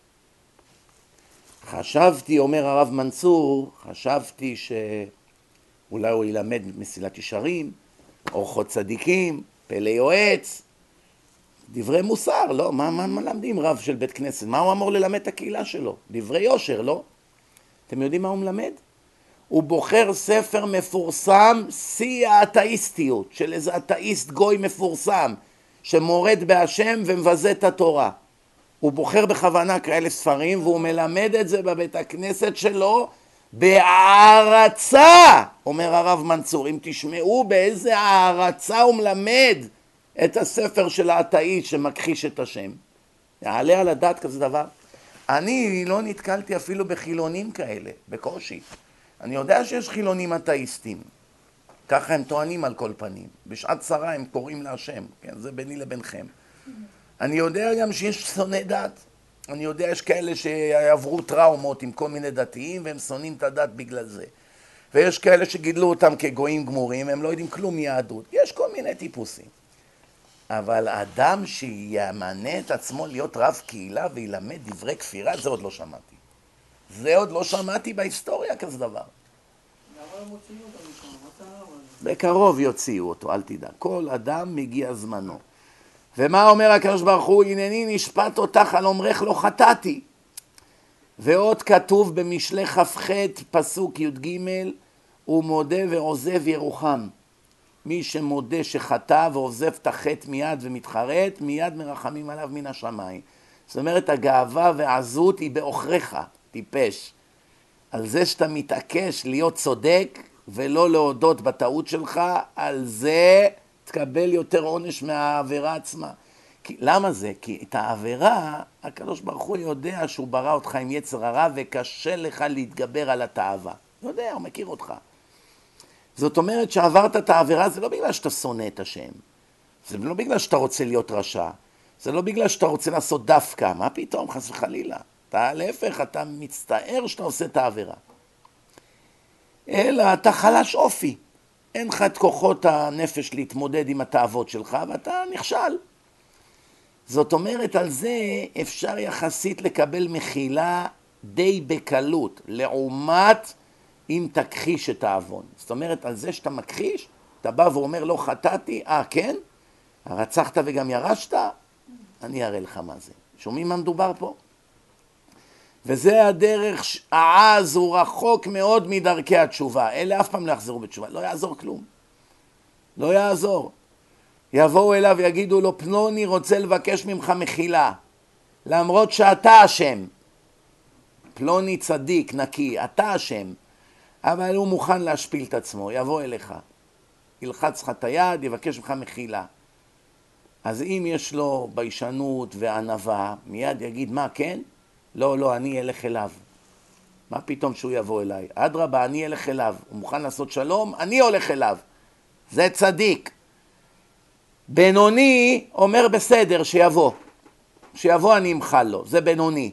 חשבתי, אומר הרב מנצור, חשבתי שאולי הוא ילמד מסילת ישרים, אורחות צדיקים, פלא יועץ, דברי מוסר, לא? מה מלמדים רב של בית כנסת? מה הוא אמור ללמד את הקהילה שלו? דברי יושר, לא? אתם יודעים מה הוא מלמד? הוא בוחר ספר מפורסם, שיא האתאיסטיות, של איזה אתאיסט גוי מפורסם, שמורד בהשם ומבזה את התורה. הוא בוחר בכוונה כאלה ספרים, והוא מלמד את זה בבית הכנסת שלו בהערצה, אומר הרב מנצור. אם תשמעו באיזה הערצה הוא מלמד את הספר של האתאיסט שמכחיש את השם. יעלה על הדעת כזה דבר? אני לא נתקלתי אפילו בחילונים כאלה, בקושי. אני יודע שיש חילונים אתאיסטים. ככה הם טוענים על כל פנים. בשעת צרה הם קוראים להשם. כן, זה ביני לבינכם. אני יודע גם שיש שונאי דת. אני יודע יש כאלה שעברו טראומות עם כל מיני דתיים והם שונאים את הדת בגלל זה. ויש כאלה שגידלו אותם כגויים גמורים, הם לא יודעים כלום מיהדות. יש כל מיני טיפוסים. אבל אדם שימנה את עצמו להיות רב קהילה וילמד דברי כפירה, זה עוד לא שמעתי. זה עוד לא שמעתי בהיסטוריה כזה דבר. למה הם מוציאים אותו משם? מה קרה? בקרוב יוציאו אותו, אל תדע. כל אדם מגיע זמנו. ומה אומר הקדוש ברוך הוא? הנני נשפט אותך על אומרך לא חטאתי. ועוד כתוב במשלי כ"ח פסוק י"ג, הוא מודה ועוזב ירוחם. מי שמודה שחטא ועוזב את החטא מיד ומתחרט, מיד מרחמים עליו מן השמיים. זאת אומרת, הגאווה והעזות היא באוכריך, טיפש. על זה שאתה מתעקש להיות צודק ולא להודות בטעות שלך, על זה תקבל יותר עונש מהעבירה עצמה. למה זה? כי את העבירה, הקדוש ברוך הוא יודע שהוא ברא אותך עם יצר הרע וקשה לך להתגבר על התאווה. יודע, הוא מכיר אותך. זאת אומרת שעברת את העבירה, זה לא בגלל שאתה שונא את השם. זה לא בגלל שאתה רוצה להיות רשע. זה לא בגלל שאתה רוצה לעשות דווקא. מה פתאום, חס וחלילה? אתה להפך, אתה מצטער שאתה עושה את העבירה. אלא אתה חלש אופי. אין לך את כוחות הנפש להתמודד עם התאוות שלך, ואתה נכשל. זאת אומרת, על זה אפשר יחסית לקבל מחילה די בקלות, לעומת אם תכחיש את העוון. זאת אומרת, על זה שאתה מכחיש, אתה בא ואומר לא חטאתי, כן? רצחת וגם ירשת? אני אראה לך מה זה. שומעים מה מדובר פה? וזה הדרך, העז הוא רחוק מאוד מדרכי התשובה. אלה אף פעם לא יחזרו בתשובה, לא יעזור כלום. לא יעזור. יבואו אליו ויגידו לו, פלוני רוצה לבקש ממך מחילה, למרות שאתה אשם. פלוני צדיק, נקי, אתה אשם. אבל הוא מוכן להשפיל את עצמו, יבוא אליך. ילחץ לך את היד, יבקש ממך מחילה. אז אם יש לו ביישנות וענווה, מיד יגיד, מה, כן? לא, אני אלך אליו. מה פתאום שהוא יבוא אליי? אדרבה, אני אלך אליו. הוא מוכן לעשות שלום, אני הולך אליו. זה צדיק. בינוני אומר בסדר, שיבוא אני אמחל לו, זה בינוני.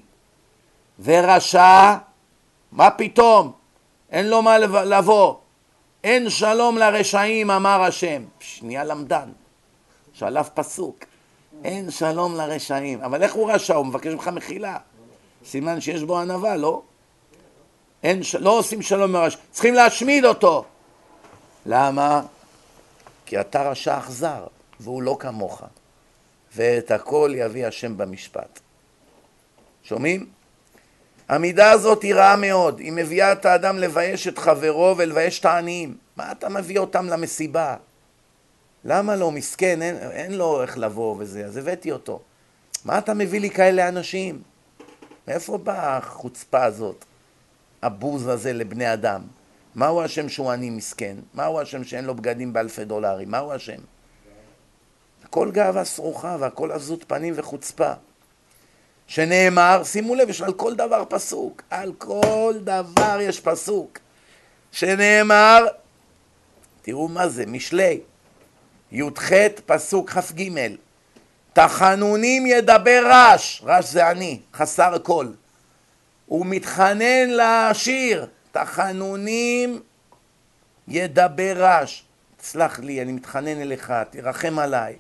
ורשע, מה פתאום? אין לו מה לבוא. אין שלום לרשעים, אמר השם. שנייה למדן, שלף פסוק. אין שלום לרשעים. אבל איך הוא רשע? הוא מבקש ממך מחילה. סימן שיש בו ענווה, לא? לא עושים שלום לרשע. צריכים להשמיד אותו. למה? כי אתה רשע אכזר, והוא לא כמוך. ואת הכל יביא השם במשפט. שומעים? המידה הזאת היא רעה מאוד. היא מביאה את האדם לבייש את חברו ולבייש את העניים. מה אתה מביא אותם למסיבה? למה לא? מסכן, אין לו איך לבוא וזה, אז הבאתי אותו. מה אתה מביא לי כאלה אנשים? מאיפה באה החוצפה הזאת? הבוז הזה לבני אדם. מהו השם שהוא עני מסכן? מהו השם שאין לו בגדים באלפי דולרים? מהו השם? הכל גאווה סרוחה והכל עזות פנים וחוצפה. שנאמר, שימו לב, יש על כל דבר פסוק. על כל דבר יש פסוק. שנאמר, תראו מה זה, משלי. י"ח פסוק כ"ג. תחנונים ידבר רש. רש זה אני, חסר כל. הוא מתחנן לעשיר. תחנונים ידבר רש. תסלח לי, אני מתחנן אליך, תרחם עליי.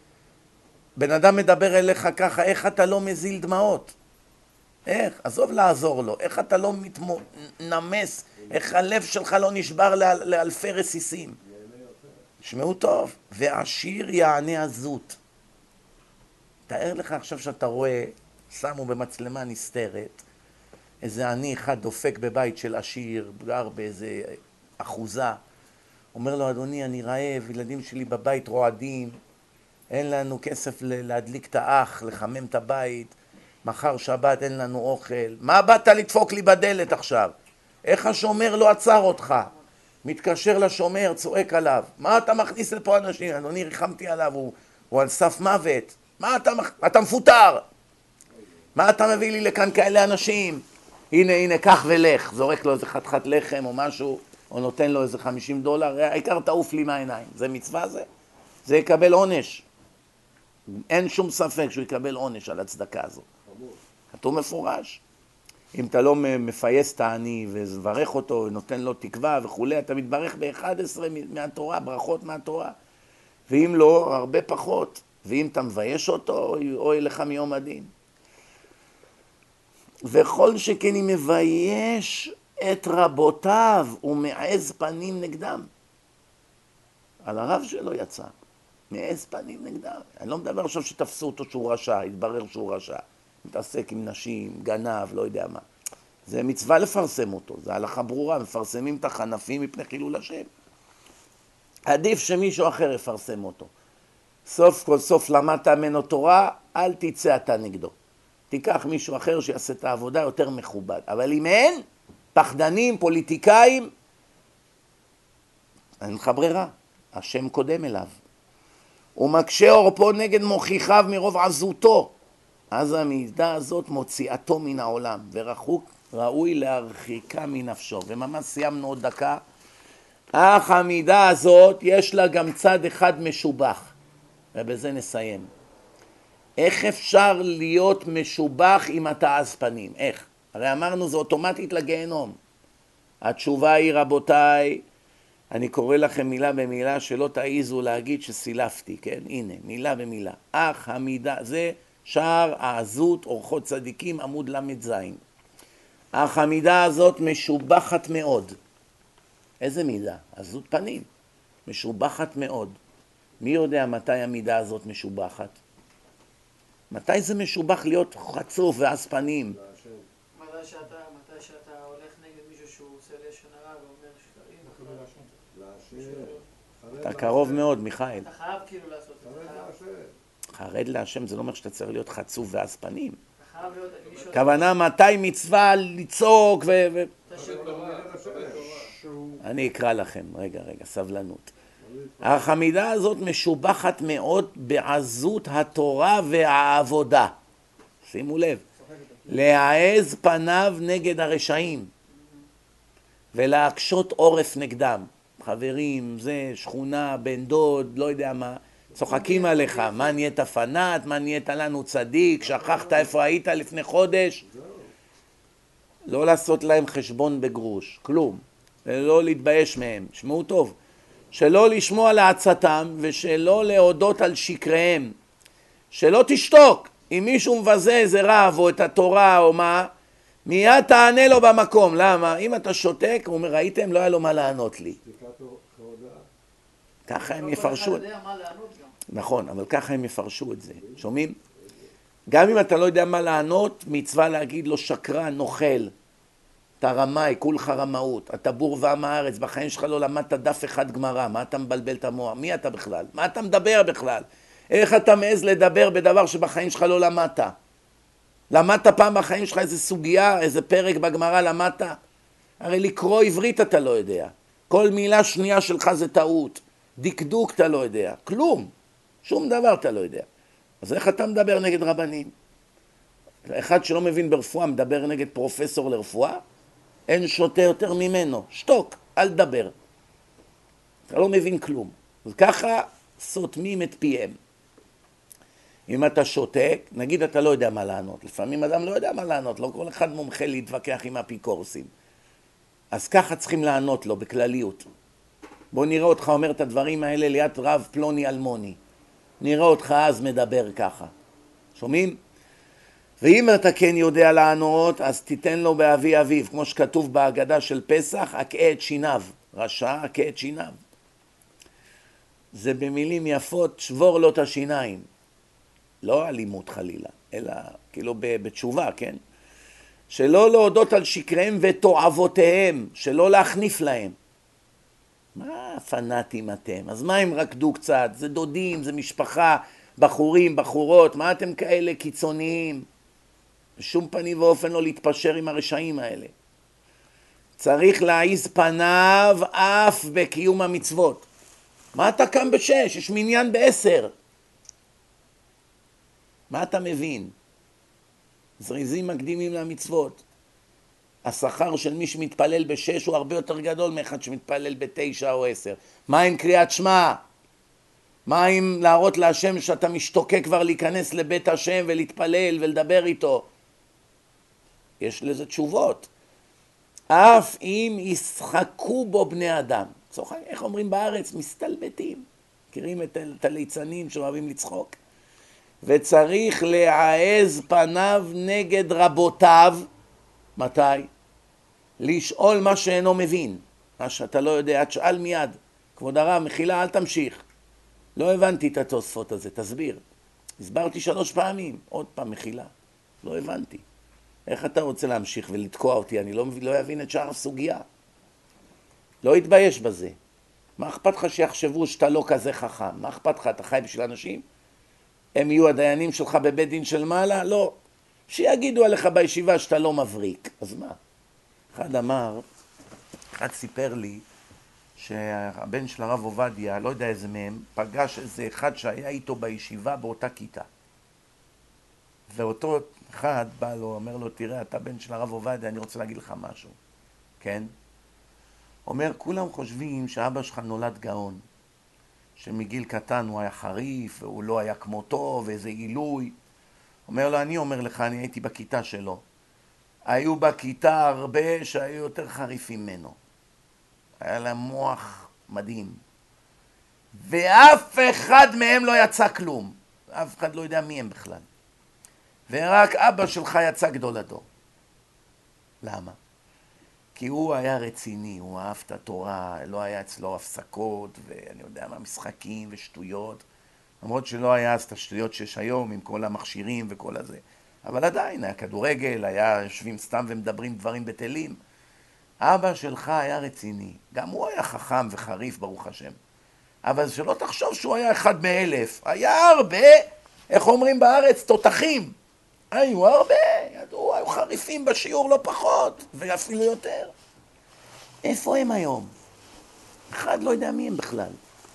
בן אדם מדבר אליך ככה, איך אתה לא מזיל דמעות? איך? עזוב לעזור לו. איך אתה לא נמס? איך הלב שלך לא נשבר לאלפי רסיסים? שמעו טוב. ועשיר יענה עזות. תאר לך עכשיו שאתה רואה, שמו במצלמה נסתרת, איזה עני אחד דופק בבית של עשיר, גר באיזה אחוזה. אומר לו, אדוני, אני רעב, ילדים שלי בבית רועדים, אין לנו כסף להדליק את האח, לחמם את הבית, מחר שבת אין לנו אוכל. מה באת לדפוק לי בדלת עכשיו? איך השומר לא עצר אותך? מתקשר לשומר, צועק עליו. מה אתה מכניס לפה אנשים? אדוני, ריחמתי עליו, הוא על סף מוות. מה אתה מפוטר? מה אתה מביא לי לכאן כאלה אנשים? הנה, קח ולך. זורק לו איזה חתיכת לחם או משהו, או נותן לו איזה $50. העיקר תעוף לי מהעיניים. זה מצווה זה? זה יקבל עונש. אין שום ספק שהוא יקבל עונש על הצדקה הזאת. כתוב מפורש. אם אתה לא מפייס את העני וברך אותו ונותן לו תקווה וכו', אתה מתברך ב-11 מהתורה, ברכות מהתורה. ואם לא, הרבה פחות. ואם אתה מבייש אותו, אוי לך מיום הדין. וכל שכן אם מבייש את רבותיו ומעז פנים נגדם. על הרב שלו יצא. מעז פנים נגדם. אני לא מדבר עכשיו שתפסו אותו שהוא רשע, התברר שהוא רשע. מתעסק עם נשים, גנב, לא יודע מה. זה מצווה לפרסם אותו, זה הלכה ברורה, מפרסמים את החנפים מפני חילול השם. עדיף שמישהו אחר יפרסם אותו. סוף כל סוף למדת ממנו תורה, אל תצא אתה נגדו. תיקח מישהו אחר שיעשה את העבודה יותר מכובד. אבל אם אין, פחדנים, פוליטיקאים, אין לך ברירה. השם קודם אליו. הוא מקשה עורפו נגד מוכיחיו מרוב עזותו. אז המידה הזאת מוציאתו מן העולם, ורחוק ראוי להרחיקה מנפשו. וממש סיימנו עוד דקה. אך המידה הזאת יש לה גם צד אחד משובח. ובזה נסיים. איך אפשר להיות משובח אם אתה עז פנים? איך? הרי אמרנו זה אוטומטית לגיהנום. התשובה היא רבותיי, אני קורא לכם מילה במילה שלא תעיזו להגיד שסילפתי, כן? הנה, מילה במילה. אך המידה, זה שער העזות אורחות צדיקים עמוד למד זין. אך המידה הזאת משובחת מאוד. איזה מידה? עזות פנים. משובחת מאוד. מי יודע מתי המידה הזאת משובחת? מתי זה משובח להיות חצוף ואז פנים? מתי שאתה הולך נגד מישהו שהוא עושה לשון הרע ואומר שקרים, אתה קרוב מאוד, מיכאל. אתה חייב כאילו לעשות את זה. חרד להשם זה לא אומר שאתה צריך להיות חצוף ואז פנים. אתה חייב להיות מישהו... כוונה מתי מצווה לצעוק אני אקרא לכם, רגע, סבלנות. אך המידה הזאת משובחת מאוד בעזות התורה והעבודה. שימו לב. להעז פניו נגד הרשעים ולהקשות עורף נגדם. חברים, זה שכונה, בן דוד, לא יודע מה, צוחקים עליך, מה נהיית פנאט, מה נהיית לנו צדיק, שכחת איפה היית לפני חודש. לא לעשות להם חשבון בגרוש, כלום, ולא להתבייש מהם, שמעו טוב, שלא לשמוע לעצתם ושלא להודות על שקריהם, שלא תשתוק, אם מישהו מבזה איזה רב או את התורה או מה, מיד תענה לו במקום. למה? אם אתה שותק, הוא אומר, ראיתם? לא היה לו מה לענות לי. ככה הם יפרשו. נכון, אבל ככה הם יפרשו את זה. שומעים? גם אם אתה לא יודע מה לענות, מצווה להגיד לו שקרן, נוכל. אתה רמאי, כולך רמאות. אתה בור ועם הארץ, בחיים שלך לא למדת דף אחד גמרא. מה אתה מבלבל את המוח? מי אתה בכלל? מה אתה מדבר בכלל? איך אתה מעז לדבר בדבר שבחיים שלך לא למדת? למדת פעם בחיים שלך איזה סוגיה, איזה פרק בגמרא למדת? הרי לקרוא עברית אתה לא יודע. כל מילה שנייה שלך זה טעות. דקדוק אתה לא יודע. כלום. שום דבר אתה לא יודע. אז איך אתה מדבר נגד רבנים? אחד שלא מבין ברפואה מדבר נגד פרופסור לרפואה? אין שוטה יותר ממנו. שתוק, אל תדבר. אתה לא מבין כלום. אז ככה סותמים את פיהם. אם אתה שותק, נגיד אתה לא יודע מה לענות. לפעמים אדם לא יודע מה לענות, לא כל אחד מומחה להתווכח עם אפיקורסים. אז ככה צריכים לענות לו בכלליות. בוא נראה אותך אומר את הדברים האלה ליד רב פלוני אלמוני. נראה אותך אז מדבר ככה. שומעים? ואם אתה כן יודע לענות, אז תיתן לו באבי אביו, כמו שכתוב בהגדה של פסח, הקעה את שיניו. רשע, הקעה את שיניו. זה במילים יפות, שבור לו את השיניים. לא אלימות חלילה, אלא כאילו בתשובה, כן? שלא להודות על שקריהם ותועבותיהם, שלא להחניף להם. מה פנאטים אתם? אז מה הם רקדו קצת? זה דודים, זה משפחה, בחורים, בחורות, מה אתם כאלה קיצוניים? בשום פנים ואופן לא להתפשר עם הרשעים האלה. צריך להעיז פניו אף בקיום המצוות. מה אתה קם ב6? יש מניין ב10. מה אתה מבין? זריזים מקדימים למצוות. השכר של מי שמתפלל ב6 הוא הרבה יותר גדול מאחד שמתפלל ב9 או 10. מה עם קריאת שמע? מה עם להראות להשם שאתה משתוקק כבר להיכנס לבית השם ולהתפלל ולדבר איתו? יש לזה תשובות. אף אם ישחקו בו בני אדם. צוחק, איך אומרים בארץ? מסתלבטים. מכירים את הליצנים שאוהבים לצחוק? וצריך להעז פניו נגד רבותיו. מתי? לשאול מה שאינו מבין. מה שאתה לא יודע, תשאל מיד. כבוד הרב, מחילה, אל תמשיך. לא הבנתי את התוספות הזה, תסביר. הסברתי 3 פעמים, עוד פעם מחילה. לא הבנתי. איך אתה רוצה להמשיך ולתקוע אותי? אני לא אבין את שאר הסוגיה. לא יתבייש בזה. מה אכפת לך שיחשבו שאתה לא כזה חכם? מה אכפת לך? אתה חי בשביל אנשים? הם יהיו הדיינים שלך בבית דין של מעלה? לא. שיגידו עליך בישיבה שאתה לא מבריק. אז מה? אחד סיפר לי שהבן של הרב עובדיה, לא יודע איזה מהם, פגש איזה אחד שהיה איתו בישיבה באותה כיתה. ואותו אחד בא לו, אומר לו, תראה, אתה בן של הרב עובדיה, אני רוצה להגיד לך משהו. כן? אומר, כולם חושבים שאבא שלך נולד גאון. שמגיל קטן הוא היה חריף, והוא לא היה כמותו, ואיזה עילוי. אומר לו, אני אומר לך, אני הייתי בכיתה שלו. היו בכיתה הרבה שהיו יותר חריפים ממנו. היה להם מוח מדהים. ואף אחד מהם לא יצא כלום. אף אחד לא יודע מי הם בכלל. ורק אבא שלך יצא גדול הדור. למה? כי הוא היה רציני, הוא אהב את התורה, לא היה אצלו הפסקות, ואני יודע מה, משחקים ושטויות. למרות שלא היה אז את השטויות שיש היום עם כל המכשירים וכל הזה. אבל עדיין, היה כדורגל, היה יושבים סתם ומדברים דברים בטלים. אבא שלך היה רציני. גם הוא היה חכם וחריף, ברוך השם. אבל שלא תחשוב שהוא היה אחד מאלף. היה הרבה, איך אומרים בארץ, תותחים. היו הרבה, ידעו, היו חריפים בשיעור לא פחות, ואפילו יותר. איפה הם היום? אחד לא יודע מי הם בכלל.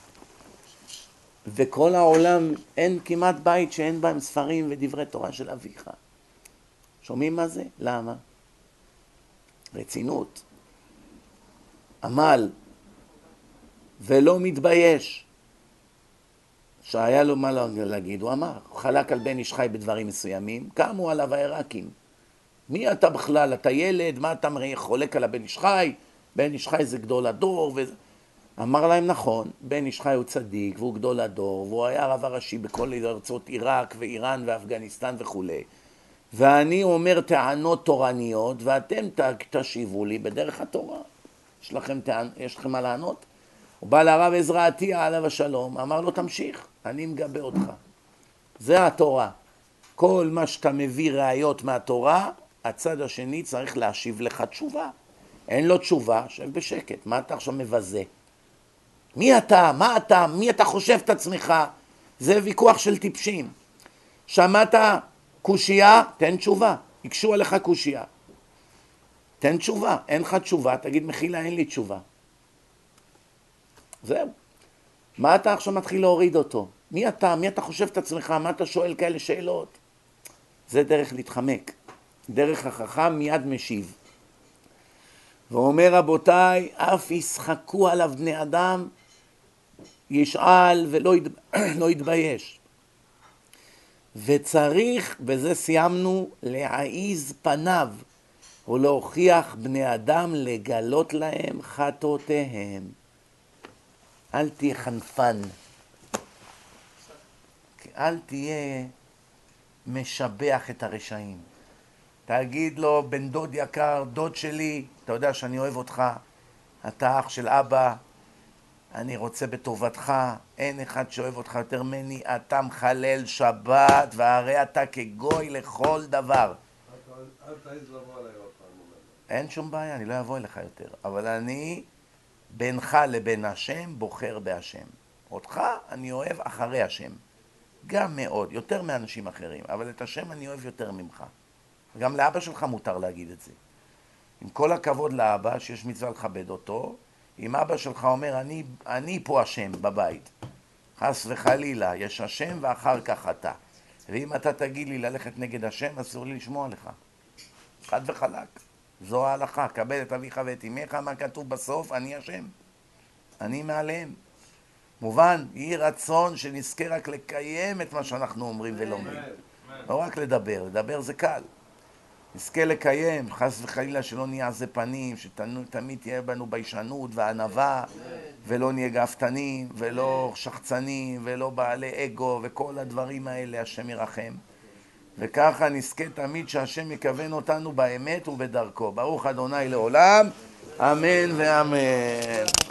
וכל העולם, אין כמעט בית שאין בהם ספרים ודברי תורה של אביך. שומעים מה זה? למה? רצינות. עמל. ולא מתבייש. שהיה לו מה להגיד, הוא אמר. הוא חלק על בן איש חי בדברים מסוימים, קמו עליו העיראקים. מי אתה בכלל? אתה ילד? מה אתה חולק על הבן איש חי? בן איש חי זה גדול הדור. אמר להם נכון, בן איש חי הוא צדיק והוא גדול הדור, והוא היה הרב הראשי בכל ארצות עיראק ואיראן ואפגניסטן וכו'. ואני אומר טענות תורניות, ואתם תשיבו לי בדרך התורה. יש לכם מה לענות? הוא בא לרב עזרא עטיה עליו השלום, אמר לו תמשיך, אני מגבה אותך. זה התורה. כל מה שאתה מביא ראיות מהתורה, הצד השני צריך להשיב לך תשובה. אין לו תשובה, שב בשקט. מה אתה עכשיו מבזה? מי אתה? מה אתה? מי אתה חושב את עצמך? זה ויכוח של טיפשים. שמעת קושייה? תן תשובה. יקשו עליך קושייה. תן תשובה. אין לך תשובה, תגיד מחילה, אין לי תשובה. זהו. מה אתה עכשיו מתחיל להוריד אותו? מי אתה? מי אתה חושב את עצמך? מה אתה שואל כאלה שאלות? זה דרך להתחמק. דרך החכם מיד משיב. ואומר רבותיי, אף ישחקו עליו בני אדם, ישאל ולא לא יתבייש. וצריך, בזה סיימנו, להעיז פניו ולהוכיח בני אדם לגלות להם חטאותיהם. אל תהיה חנפן. אל תהיה משבח את הרשעים. תגיד לו, בן דוד יקר, דוד שלי, אתה יודע שאני אוהב אותך, אתה אח של אבא, אני רוצה בטובתך, אין אחד שאוהב אותך יותר ממני, אתה מחלל שבת, והרי אתה כגוי לכל דבר. אל תעיז לבוא עליי עוד פעם. אין שום בעיה, אני לא אבוא אליך יותר, אבל אני בינך לבין השם בוחר בהשם. אותך אני אוהב אחרי השם, גם מאוד, יותר מאנשים אחרים, אבל את השם אני אוהב יותר ממך. גם לאבא שלך מותר להגיד את זה. עם כל הכבוד לאבא, שיש מצווה לכבד אותו, אם אבא שלך אומר, אני פה השם בבית, חס וחלילה, יש השם ואחר כך אתה. ואם אתה תגיד לי ללכת נגד השם, אסור לי לשמוע לך. חד וחלק. זו ההלכה, קבל את אביך ואת אמך, מה כתוב בסוף? אני השם. אני מעליהם. מובן, יהי רצון שנזכה רק לקיים את מה שאנחנו אומרים ולומדים. לא רק לדבר, לדבר זה קל. נזכה לקיים, חס וחלילה שלא נהיה עזי פנים, שתמיד תהיה בנו ביישנות וענווה, ולא נהיה גאוותנים, ולא שחצנים, ולא בעלי אגו, וכל הדברים האלה השם ירחם. וככה נזכה תמיד שהשם יכוון אותנו באמת ובדרכו. ברוך אדוני לעולם, אמן ואמן.